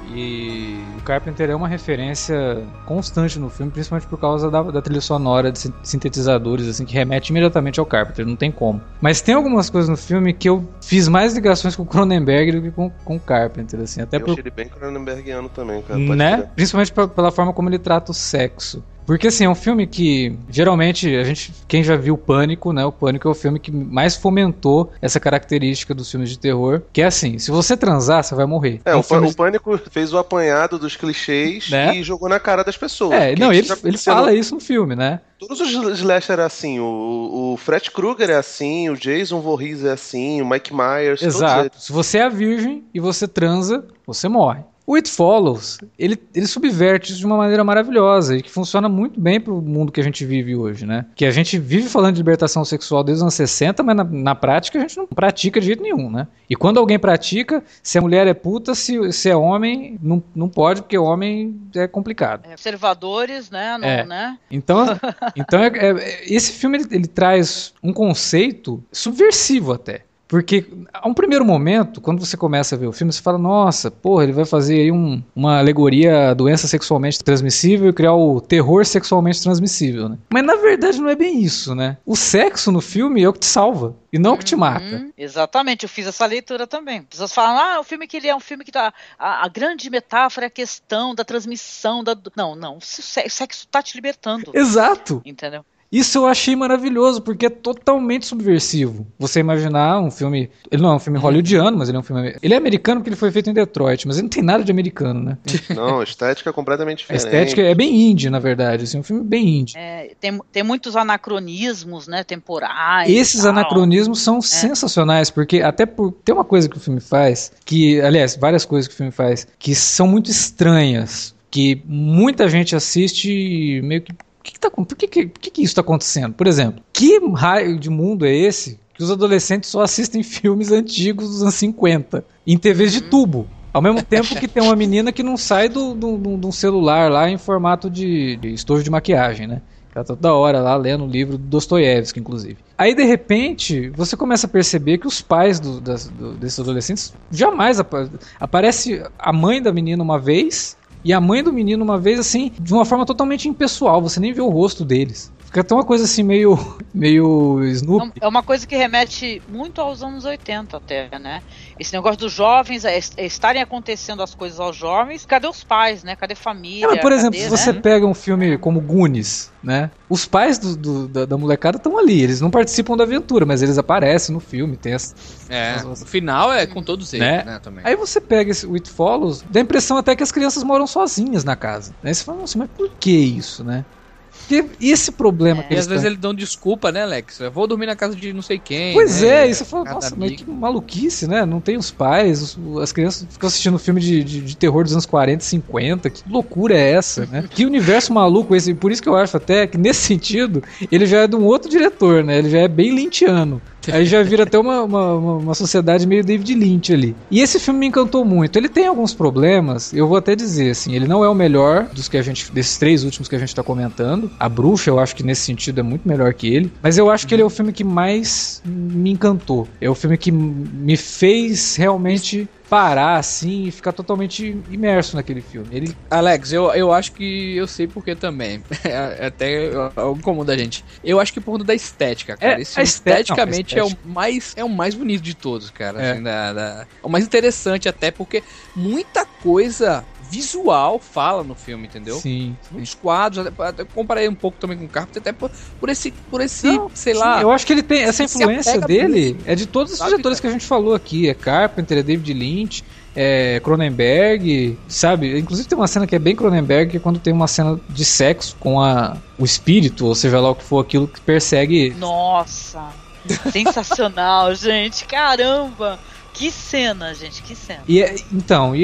e o Carpenter é uma referência constante no filme, principalmente por causa da, da trilha sonora de sintetizadores, assim, que remete imediatamente ao Carpenter, não tem como. Mas tem algumas coisas no filme que eu fiz mais ligações com o Cronenberg do que com, com o Carpenter, assim, até eu por... achei ele bem Cronenbergiano também, cara. Né? Principalmente pela forma como ele trata o sexo. Porque, assim, é um filme que, geralmente, a gente, quem já viu Pânico, né? O Pânico é o filme que mais fomentou essa característica dos filmes de terror, que é assim, se você transar, você vai morrer. É, é um o, filme... o Pânico fez o apanhado dos clichês, né? E jogou na cara das pessoas. É, não, ele, ele fala isso no filme, né? Todos os slasher é assim, o, o Fred Krueger é assim, o Jason Voorhees é assim, o Mike Myers... Exato. Se você é virgem e você transa, você morre. O It Follows, ele, ele subverte isso de uma maneira maravilhosa e que funciona muito bem pro mundo que a gente vive hoje, né? Que a gente vive falando de libertação sexual desde os anos sessenta, mas na, na prática a gente não pratica de jeito nenhum, né? E quando alguém pratica, se a mulher é puta, se, se é homem, não, não pode, porque homem é complicado. É, observadores, né? Não, é. né? Então, então é, é, esse filme ele, ele traz um conceito subversivo até. Porque, a um primeiro momento, quando você começa a ver o filme, você fala, nossa, porra, ele vai fazer aí um, uma alegoria à doença sexualmente transmissível e criar o terror sexualmente transmissível, né? Mas, na verdade, não é bem isso, né? O sexo no filme é o que te salva, e não o que te mata. Uhum, exatamente, eu fiz essa leitura também. As pessoas falam, ah, o filme que ele é um filme que tá, a, a grande metáfora é a questão da transmissão, da... Não, não, o sexo tá te libertando. Exato. Entendeu? Isso eu achei maravilhoso, porque é totalmente subversivo. Você imaginar um filme... Ele não é um filme hollywoodiano, mas ele é um filme... Ele é americano porque ele foi feito em Detroit, mas ele não tem nada de americano, né? Não, a estética é completamente diferente. A estética é bem indie, na verdade. Assim, um filme bem indie. É, tem, tem muitos anacronismos, né, temporais. Esses anacronismos são é. sensacionais, porque até por... Tem uma coisa que o filme faz, que... Aliás, várias coisas que o filme faz, que são muito estranhas, que muita gente assiste meio que... Que que tá, por que, que, por que, que isso está acontecendo? Por exemplo, que raio de mundo é esse que os adolescentes só assistem filmes antigos dos anos cinquenta em T Vs de tubo? Ao mesmo tempo que tem uma menina que não sai do, do, do, do celular lá em formato de, de estojo de maquiagem, né? Ela tá toda hora lá lendo o livro do Dostoiévski, inclusive. Aí, de repente, você começa a perceber que os pais do, das, do, desses adolescentes jamais ap- aparece a mãe da menina uma vez... E a mãe do menino, uma vez, assim, de uma forma totalmente impessoal, você nem vê o rosto deles. Fica até uma coisa assim, meio, meio Snoopy. É uma coisa que remete muito aos anos oitenta até, né? Esse negócio dos jovens, é, é estarem acontecendo as coisas aos jovens. Cadê os pais, né? Cadê família? É, mas, por exemplo, cadê, se você né? pega um filme como Goonies, né? Os pais do, do, da, da molecada estão ali, eles não participam da aventura, mas eles aparecem no filme, tem as... É, as, as... o final é com todos eles, né? né, também. Aí você pega esse It Follows, dá a impressão até que as crianças moram sozinhas na casa. Aí você fala, nossa, mas por que isso, né? Porque esse problema é. que E eles às vezes tão... eles dão desculpa, né, Alex? Eu vou dormir na casa de não sei quem. Pois né? é, e você fala, Cada nossa, amigo. mas que maluquice, né? Não tem os pais, os, as crianças ficam assistindo filme de, de, de terror dos anos quarenta, cinquenta, que loucura é essa, né? Que universo maluco esse, por isso que eu acho até que nesse sentido, ele já é de um outro diretor, né? Ele já é bem lynchiano. Aí já vira até uma, uma, uma sociedade meio David Lynch ali. E esse filme me encantou muito. Ele tem alguns problemas, eu vou até dizer, assim, ele não é o melhor dos que a gente, desses três últimos que a gente tá comentando. A Bruxa, eu acho que nesse sentido é muito melhor que ele. Mas eu acho que ele é o filme que mais me encantou. É o filme que me fez realmente... parar assim e ficar totalmente imerso naquele filme. Ele... Alex, eu, eu acho que eu sei por que também. É até algo comum da gente. Eu acho que por conta da estética, cara. É, Esse a esteticamente não, a é, o mais, é o mais bonito de todos, cara. É. Assim, da, da... É o mais interessante até porque muita coisa visual fala no filme, entendeu? Sim. Muitos quadros, até, até comparei um pouco também com o Carpenter, até por, por esse, por esse Não, sei sim, lá... eu acho que ele tem essa influência dele, muito, é de todos os sabe, diretores cara? que a gente falou aqui, é Carpenter, é David Lynch, é Cronenberg, sabe? Inclusive tem uma cena que é bem Cronenberg, que é quando tem uma cena de sexo com a, o espírito, ou seja lá o que for aquilo que persegue ele. Nossa, sensacional, gente, caramba, que cena, gente, que cena. E é, então, e é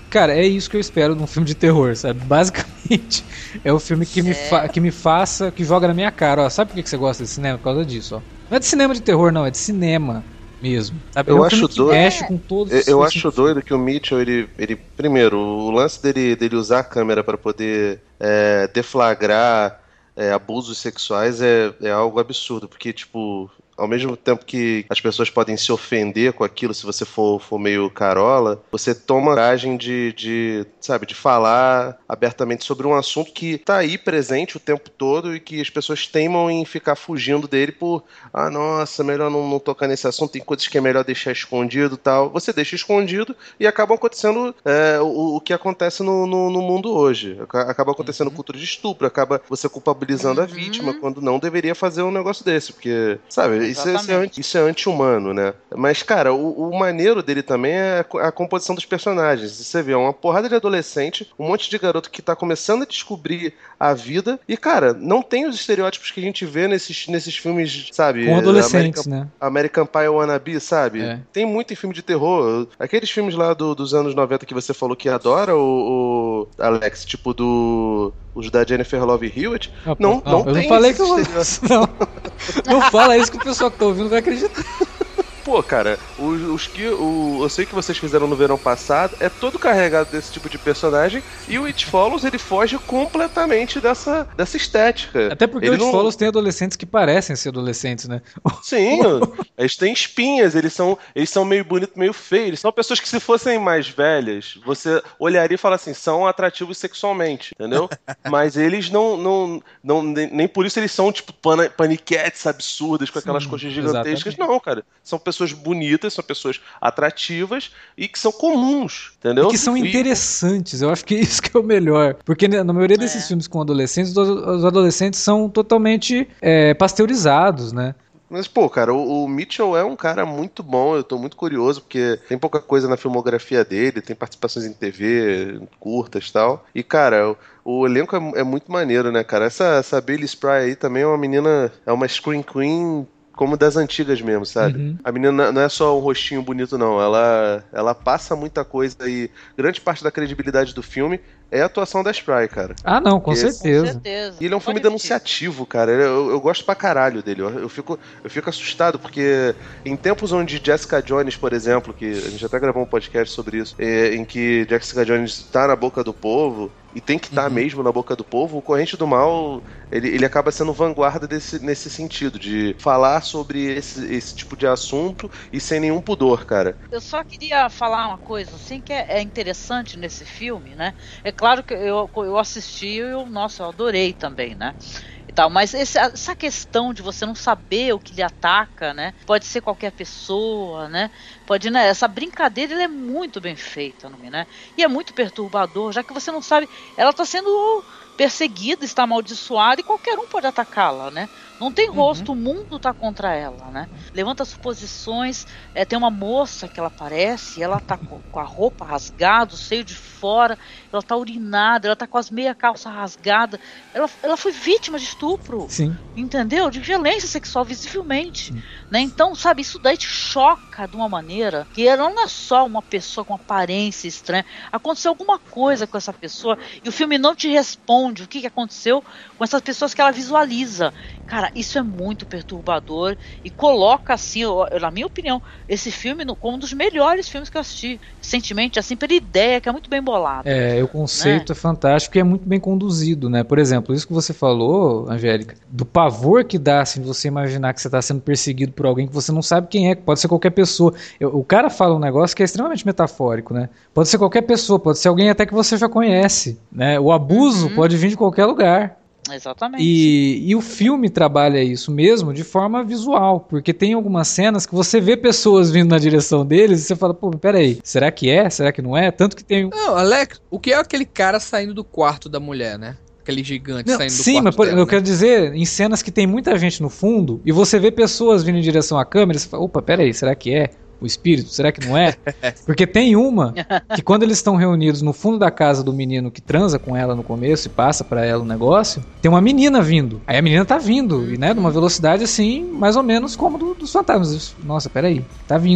Cara, é isso que eu espero num filme de terror, sabe? Basicamente, é o filme que, é. Me, fa- que me faça, que joga na minha cara, ó. Sabe por que você gosta de cinema? Por causa disso, ó. Não é de cinema de terror, não, é de cinema mesmo. Sabe? Eu é um acho filme que doido. mexe com todos Eu, os eu acho doido que o Mitchell, ele, ele primeiro, o lance dele, dele usar a câmera para poder é, deflagrar é, abusos sexuais é, é algo absurdo, porque, tipo, ao mesmo tempo que as pessoas podem se ofender com aquilo, se você for, for meio carola, você toma coragem de, de, sabe, de falar abertamente sobre um assunto que tá aí presente o tempo todo e que as pessoas teimam em ficar fugindo dele por, ah, nossa, melhor não, não tocar nesse assunto, tem coisas que é melhor deixar escondido e tal. Você deixa escondido e acaba acontecendo é, o, o que acontece no, no, no mundo hoje. Acaba acontecendo uhum. cultura de estupro, acaba você culpabilizando uhum. a vítima quando não deveria fazer um negócio desse, porque, sabe, Isso é, isso, é, isso é anti-humano, né? Mas, cara, o, o maneiro dele também é a, a composição dos personagens. Você vê, é uma porrada de adolescente, um monte de garoto que tá começando a descobrir a vida. E, cara, não tem os estereótipos que a gente vê nesses, nesses filmes, sabe? Com adolescentes, American, né? American Pie Wannabe, sabe? É. Tem muito em filme de terror. Aqueles filmes lá do, dos anos noventa que você falou que adora, o, o Alex, tipo do... os da Jennifer Love Hewitt, ah, não, não, não eu tem não falei que eu não. Não fala isso que o pessoal que tá ouvindo vai acreditar. Pô, cara, os, os que o, eu sei que vocês fizeram no verão passado é todo carregado desse tipo de personagem e o It Follows, ele foge completamente dessa, dessa estética. Até porque ele o It não... Follows tem adolescentes que parecem ser adolescentes, né? Sim, eles têm espinhas, eles são, eles são meio bonitos, meio feios. Eles são pessoas que, se fossem mais velhas, você olharia e falaria assim, são atrativos sexualmente, entendeu? Mas eles não, não, não nem, nem por isso eles são tipo pan- paniquetes absurdas com aquelas Sim, coxas gigantescas. Exatamente. Não, cara. São pessoas bonitas, são pessoas atrativas e que são comuns, entendeu? E que são interessantes, eu acho que isso que é o melhor. Porque na maioria desses é. filmes com adolescentes, os adolescentes são totalmente é, pasteurizados, né? Mas, pô, cara, o, o Mitchell é um cara muito bom, eu tô muito curioso, porque tem pouca coisa na filmografia dele, tem participações em T V, curtas e tal. E, cara, o, o elenco é, é muito maneiro, né, cara? Essa, essa Bailey Spry aí também é uma menina, é uma screen queen como das antigas mesmo, sabe? Uhum. A menina não é só um rostinho bonito, não. Ela, ela passa muita coisa e grande parte da credibilidade do filme é a atuação da Spry, cara. Ah, não, com Porque certeza. Com certeza. E ele é um filme denunciativo, cara. Eu, eu gosto pra caralho dele. Eu, eu, fico, eu fico assustado, porque em tempos onde Jessica Jones, por exemplo, que a gente até gravou um podcast sobre isso, é, em que Jessica Jones tá na boca do povo, e tem que estar tá uhum. mesmo na boca do povo, o Corrente do Mal, ele, ele acaba sendo vanguarda desse, nesse sentido, de falar sobre esse, esse tipo de assunto e sem nenhum pudor, cara. Eu só queria falar uma coisa, assim, que é, é interessante nesse filme, né? É claro que eu, eu assisti e eu, nossa, eu adorei também, né? E tal, mas esse, essa questão de você não saber o que lhe ataca, né? Pode ser qualquer pessoa, né? Pode, né? Essa brincadeira ela é muito bem feita, né? E é muito perturbador, já que você não sabe, ela está sendo perseguida, está amaldiçoada e qualquer um pode atacá-la, né? Não tem rosto, uhum. o mundo está contra ela, né? Levanta suposições, é, tem uma moça que ela aparece, ela tá com, com a roupa rasgada, o seio de fora, ela tá urinada, ela tá com as meia calça rasgada, ela, ela foi vítima de estupro, Sim. entendeu? De violência sexual, visivelmente, né? Então, sabe, isso daí te choca de uma maneira que ela não é só uma pessoa com aparência estranha, aconteceu alguma coisa com essa pessoa e o filme não te responde o que, que aconteceu com essas pessoas que ela visualiza. Cara, isso é muito perturbador e coloca, assim, eu, na minha opinião, esse filme no, como um dos melhores filmes que eu assisti recentemente, assim, pela ideia, que é muito bem bolada. É, o conceito né? é fantástico e é muito bem conduzido, né? Por exemplo, isso que você falou, Angélica, do pavor que dá, assim, você imaginar que você está sendo perseguido por alguém que você não sabe quem é, que pode ser qualquer pessoa. Eu, o cara fala um negócio que é extremamente metafórico, né? Pode ser qualquer pessoa, pode ser alguém até que você já conhece, né? O abuso uhum. pode vir de qualquer lugar. Exatamente. E, e o filme trabalha isso mesmo de forma visual, porque tem algumas cenas que você vê pessoas vindo na direção deles e você fala, pô, peraí, será que é? Será que não é? Tanto que tem... Não, Alex, o que é aquele cara saindo do quarto da mulher, né? Aquele gigante não, saindo do sim, quarto mas por, dela, eu né? quero dizer, em cenas que tem muita gente no fundo e você vê pessoas vindo em direção à câmera, você fala, opa, peraí, será que é? O espírito, será que não é? Porque tem uma que quando eles estão reunidos no fundo da casa do menino que transa com ela no começo e passa pra ela o negócio, tem uma menina vindo. Aí a menina tá vindo, e né, numa velocidade assim, mais ou menos como do, dos fantasmas. Nossa, peraí, tá vindo.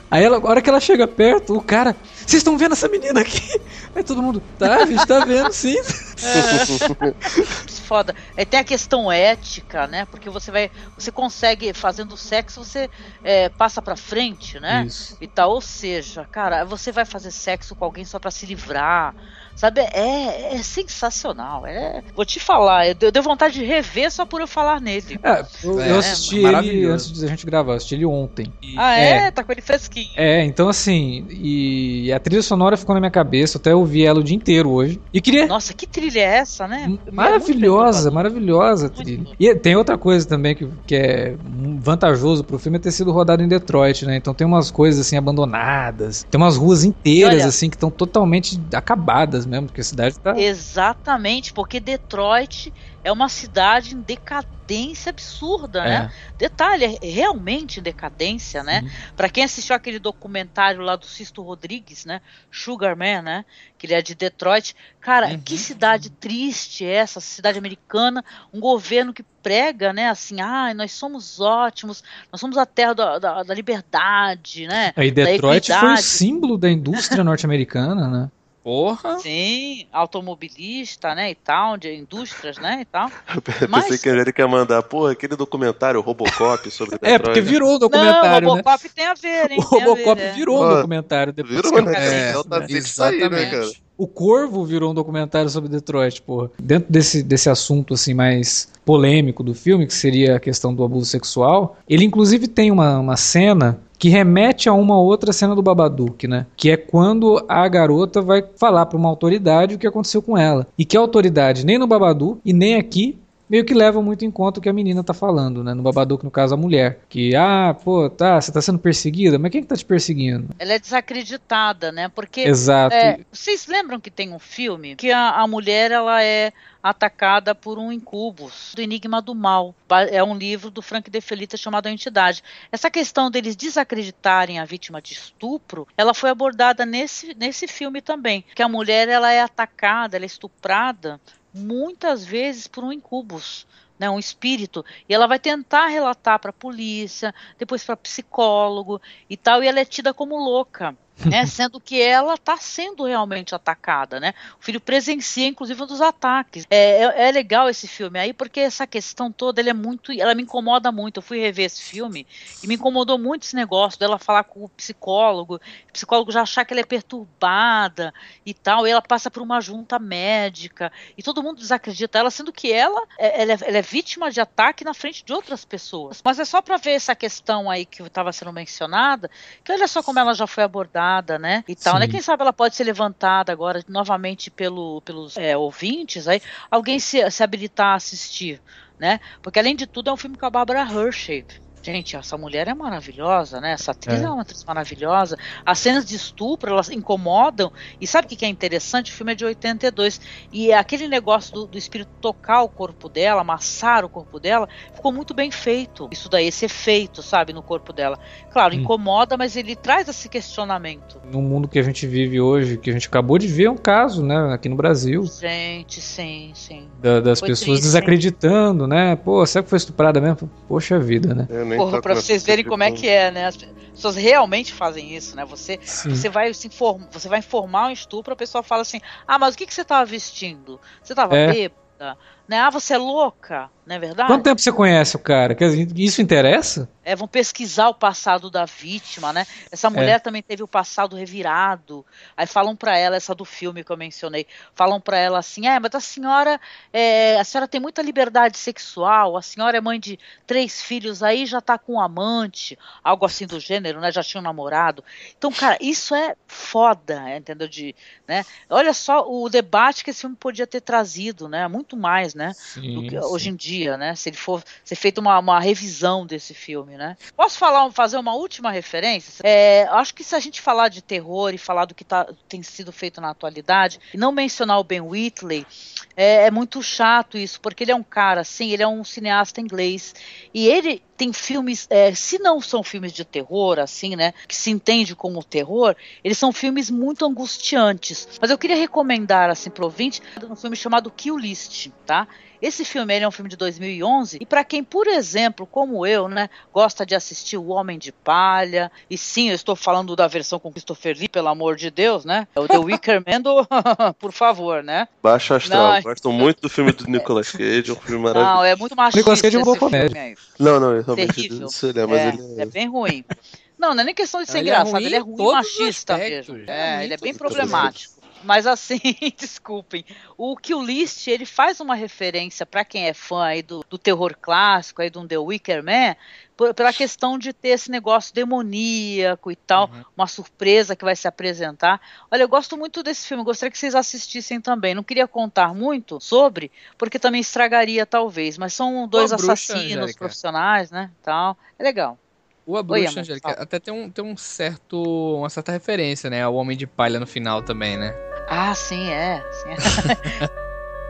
Aí ela, a hora que ela chega perto, o cara, vocês estão vendo essa menina aqui? Aí todo mundo, tá, a gente tá vendo, sim. É. Foda. É, tem a questão ética, né? Porque você vai, você consegue, fazendo sexo, você é, passa pra frente, né? Isso. E tal, ou seja, cara, você vai fazer sexo com alguém só pra se livrar, sabe? É, é sensacional. É, vou te falar, eu dei vontade de rever só por eu falar nele. É, eu, É, eu assisti é ele antes de a gente gravar, eu assisti ele ontem. Ah, é? É. Tá com ele fresquinho. É, então assim, e a trilha sonora ficou na minha cabeça, eu até ouvi ela o dia inteiro hoje. E queria... Nossa, que trilha é essa, né? Maravilhosa, maravilhosa a Muito trilha. bom. E tem outra coisa também que, que é vantajoso pro filme é ter sido rodado em Detroit, né? Então tem umas coisas assim abandonadas, tem umas ruas inteiras olha, assim que estão totalmente acabadas mesmo, porque a cidade tá... Exatamente, porque Detroit é uma cidade em decadência absurda, É. né? Detalhe, é realmente em decadência, né? Uhum. Pra quem assistiu aquele documentário lá do Sisto Rodrigues, né? Sugar Man, né? Que ele é de Detroit. Cara, Uhum. que cidade triste é essa, cidade americana, um governo que prega, né? Assim, ah, nós somos ótimos, nós somos a terra da, da, da liberdade, né? Aí da Detroit foi o equidade. símbolo da indústria norte-americana, né? Porra. Sim, automobilista, né, e tal, de indústrias, né, e tal. Eu pensei Mas- que a Angélica ia mandar, porra, aquele documentário Robocop sobre É, porque Detroit. virou o Não, documentário, o né? Robocop tem a ver, hein? O tem a Robocop ver, é. virou um Ó, documentário depois. Virou, né? É, Então tá tem que sair, né, exatamente. cara? O Corvo virou um documentário sobre Detroit, porra. Dentro desse, desse assunto assim mais polêmico do filme, que seria a questão do abuso sexual, ele inclusive tem uma, uma cena que remete a uma outra cena do Babadook, né? Que é quando a garota vai falar para uma autoridade o que aconteceu com ela. E que a autoridade, nem no Babadook e nem aqui, meio que leva muito em conta o que a menina tá falando, né? No Babadook, no caso, a mulher. Que, ah, pô, tá, você tá sendo perseguida? Mas quem que tá te perseguindo? Ela é desacreditada, né? Porque Exato. é, vocês lembram que tem um filme que a, a mulher ela é atacada por um incubus, do Enigma do Mal. Ba- É um livro do Frank De Felitta chamado A Entidade. Essa questão deles desacreditarem a vítima de estupro, ela foi abordada nesse, nesse filme também. Que a mulher ela é atacada, ela é estuprada muitas vezes por um incubus, né, um espírito, e ela vai tentar relatar para a polícia, depois para psicólogo e tal, e ela é tida como louca, né, sendo que ela está sendo realmente atacada, né? O filho presencia, inclusive, um dos ataques. É, é, é legal esse filme aí, porque essa questão toda, ele é muito, ela me incomoda muito. Eu fui rever esse filme e me incomodou muito esse negócio dela falar com o psicólogo, o psicólogo já achar que ela é perturbada e tal, e ela passa por uma junta médica e todo mundo desacredita ela, sendo que ela, é, ela, é, ela é vítima de ataque na frente de outras pessoas. Mas é só para ver essa questão aí que estava sendo mencionada, que olha só como ela já foi abordada, né, e tal, Sim. né, quem sabe ela pode ser levantada agora novamente pelo, pelos é, ouvintes, aí alguém se, se habilitar a assistir, né, porque além de tudo é um filme com a Barbara Hershey. Gente, essa mulher é maravilhosa, né? Essa atriz é, É. uma atriz maravilhosa. As cenas de estupro, elas incomodam. E sabe o que que é interessante? O filme é de oitenta e dois. E aquele negócio do, do espírito tocar o corpo dela, amassar o corpo dela, ficou muito bem feito. Isso daí, esse efeito, sabe, no corpo dela. Claro, Hum. incomoda, mas ele traz esse questionamento. No mundo que a gente vive hoje, que a gente acabou de ver um caso, né, aqui no Brasil, Gente, sim, sim. da- das Foi pessoas triste, desacreditando, né? Pô, será que foi estuprada mesmo? Poxa vida, né? Eu nem Porra, toco pra nessa vocês verem tipo como é de que é, né? As pessoas realmente fazem isso, né? Você, Sim. você vai se informar, você vai informar um estupro, a pessoa fala assim: ah, mas o que, que você tava vestindo? Você tava É. bêbada? Né? Ah, você é louca, não é verdade? Quanto tempo você conhece o cara? Quer dizer, isso interessa? É, vão pesquisar o passado da vítima, né? Essa mulher também teve o passado revirado. Aí falam pra ela, essa do filme que eu mencionei, falam pra ela assim: é, mas a senhora, é, a senhora tem muita liberdade sexual, a senhora é mãe de três filhos aí, já tá com um amante, algo assim do gênero, né? Já tinha um namorado. Então, cara, isso é foda, entendeu? De, né? Olha só o debate que esse filme podia ter trazido, né? Muito mais, né? Do que hoje em dia, né? Se ele for ser feita uma, uma revisão desse filme, né? Posso falar, fazer uma última referência? É, acho que se a gente falar de terror e falar do que tá, tem sido feito na atualidade, e não mencionar o Ben Wheatley, é, é muito chato isso, porque ele é um cara, assim, ele é um cineasta inglês, e ele tem filmes, é, se não são filmes de terror, assim, né, que se entende como terror, eles são filmes muito angustiantes. Mas eu queria recomendar, assim, pro ouvinte, um filme chamado Kill List, tá? tá? Esse filme ele é um filme de dois mil e onze e para quem, por exemplo, como eu, né, gosta de assistir O Homem de Palha, e sim, eu estou falando da versão com Christopher Lee, pelo amor de Deus, né? É o The Wicker Man do... por favor, né? Baixo Astral. Não, gosto muito do filme do Nicolas Cage, é um filme maravilhoso. Não, é muito machista. Nicolas Cage é uma boa comédia. Não, não, realmente não sei, né, mas é, ele é... é bem ruim. Não, não é nem questão de ser ele engraçado, é ele é ruim e machista mesmo. É, ele é bem problemático. Mas assim, desculpem, o Kill List, ele faz uma referência para quem é fã aí do, do terror clássico, aí do The Wicker Man, por, pela questão de ter esse negócio demoníaco e tal, uhum. uma surpresa que vai se apresentar. Olha, eu gosto muito desse filme, gostaria que vocês assistissem também. Não queria contar muito sobre, porque também estragaria talvez, mas são dois Boa assassinos bruxa, Angélica. Profissionais, né, tal. É legal. O A Bruxa, Angélica, até tem, um, tem um certo, uma certa referência, né, ao Homem de Palha no final também, né? Ah, sim, é. Sim, é.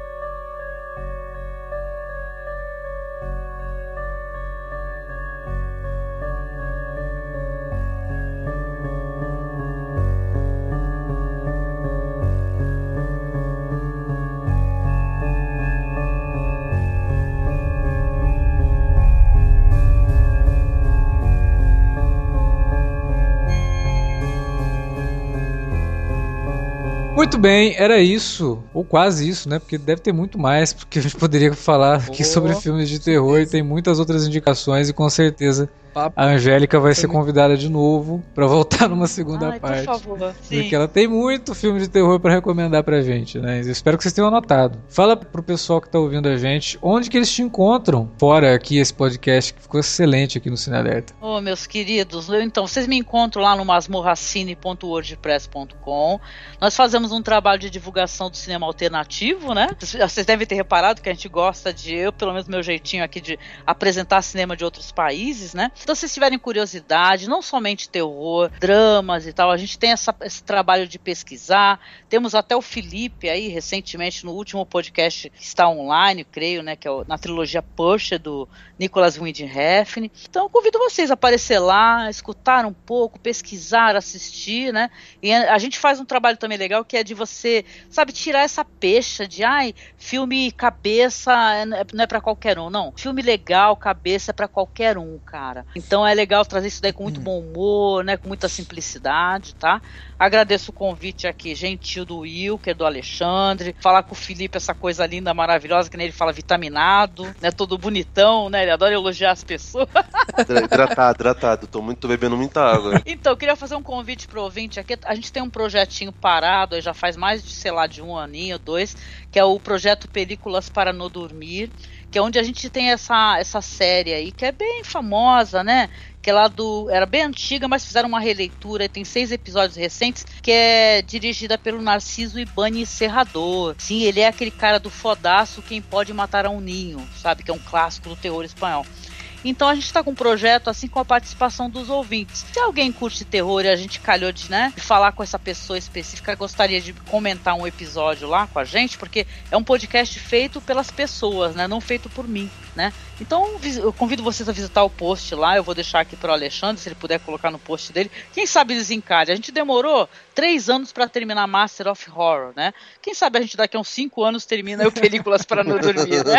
Muito bem, era isso, ou quase isso, né? Porque deve ter muito mais, porque a gente poderia falar aqui oh, sobre filmes de terror e tem muitas outras indicações e com certeza a Angélica vai ser convidada de novo pra voltar numa segunda Ai, parte. Por favor. Sim. Porque ela tem muito filme de terror pra recomendar pra gente, né? Eu espero que vocês tenham anotado. Fala pro pessoal que tá ouvindo a gente onde que eles te encontram, fora aqui esse podcast que ficou excelente aqui no Cine Alerta. Ô, oh, meus queridos, então, vocês me encontram lá no masmorracine ponto wordpress ponto com. Nós fazemos um trabalho de divulgação do cinema alternativo, né? Vocês devem ter reparado que a gente gosta de, eu, pelo menos meu jeitinho aqui de apresentar cinema de outros países, né? Então, se vocês tiverem curiosidade, não somente terror, dramas e tal, a gente tem essa, esse trabalho de pesquisar. Temos até o Felipe aí, recentemente, no último podcast que está online, creio, né? Que é o, na trilogia Pusher, do Nicolas Winding Refn. Então, eu convido vocês a aparecer lá, escutar um pouco, pesquisar, assistir, né? E a gente faz um trabalho também legal que é de você, sabe, tirar essa pecha de, ai, filme cabeça não é pra qualquer um, não. Filme legal, cabeça é pra qualquer um, cara. Então é legal trazer isso daí com muito bom humor, né, com muita simplicidade, tá? Agradeço o convite aqui, gentil do Wilker, do Alexandre, falar com o Felipe essa coisa linda, maravilhosa, que nem ele fala vitaminado, né, todo bonitão, né, ele adora elogiar as pessoas. Hidratado, hidratado, tô muito tô bebendo muita água. Então, eu queria fazer um convite pro ouvinte aqui, a gente tem um projetinho parado, aí já faz mais de, sei lá, de um aninho, dois, que é o projeto Películas para Não Dormir, que é onde a gente tem essa, essa série aí, que é bem famosa, né? Que é lá do... Era bem antiga, mas fizeram uma releitura, e tem seis episódios recentes, que é dirigida pelo Narciso Ibáñez Serrador. Sim, ele é aquele cara do fodaço Quem Pode Matar a um Ninho, sabe? Que é um clássico do terror espanhol. Então a gente está com um projeto assim com a participação dos ouvintes. Se alguém curte terror e a gente calhou de, né, de falar com essa pessoa específica, gostaria de comentar um episódio lá com a gente, porque é um podcast feito pelas pessoas, né, não feito por mim, né? Então eu convido vocês a visitar o post lá, eu vou deixar aqui para o Alexandre, se ele puder colocar no post dele. Quem sabe eles encalhem. A gente demorou três anos para terminar Master of Horror, né? Quem sabe a gente daqui a uns cinco anos termina o Películas para Não Dormir, né?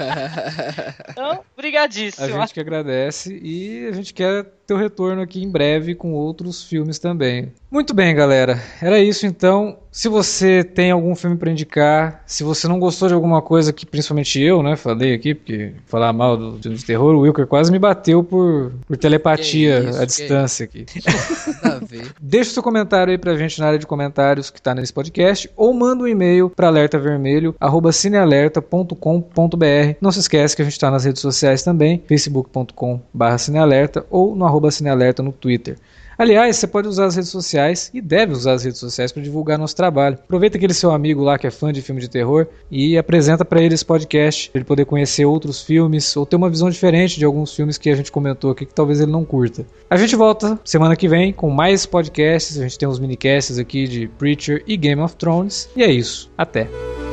Então, brigadíssimo. A gente que agradece e a gente quer ter o retorno aqui em breve com outros filmes também. Muito bem, galera. Era isso então. Se você tem algum filme para indicar, se você não gostou de alguma coisa que principalmente eu, né, falei aqui, porque falar mal do filme de terror, o Wilker quase me bateu por, por telepatia isso, à distância aqui. Deixa o seu comentário aí pra gente na área de comentários que tá nesse podcast, ou manda um e-mail para alertavermelho arroba cinealerta ponto com ponto br. Não se esquece que a gente tá nas redes sociais também, facebook ponto com barra cinealerta ou no arroba cinealerta no Twitter. Aliás, você pode usar as redes sociais e deve usar as redes sociais para divulgar nosso trabalho. Aproveita aquele seu amigo lá que é fã de filme de terror e apresenta para ele esse podcast, para ele poder conhecer outros filmes ou ter uma visão diferente de alguns filmes que a gente comentou aqui que talvez ele não curta. A gente volta semana que vem com mais podcasts, a gente tem uns minicasts aqui de Preacher e Game of Thrones. E é isso, até!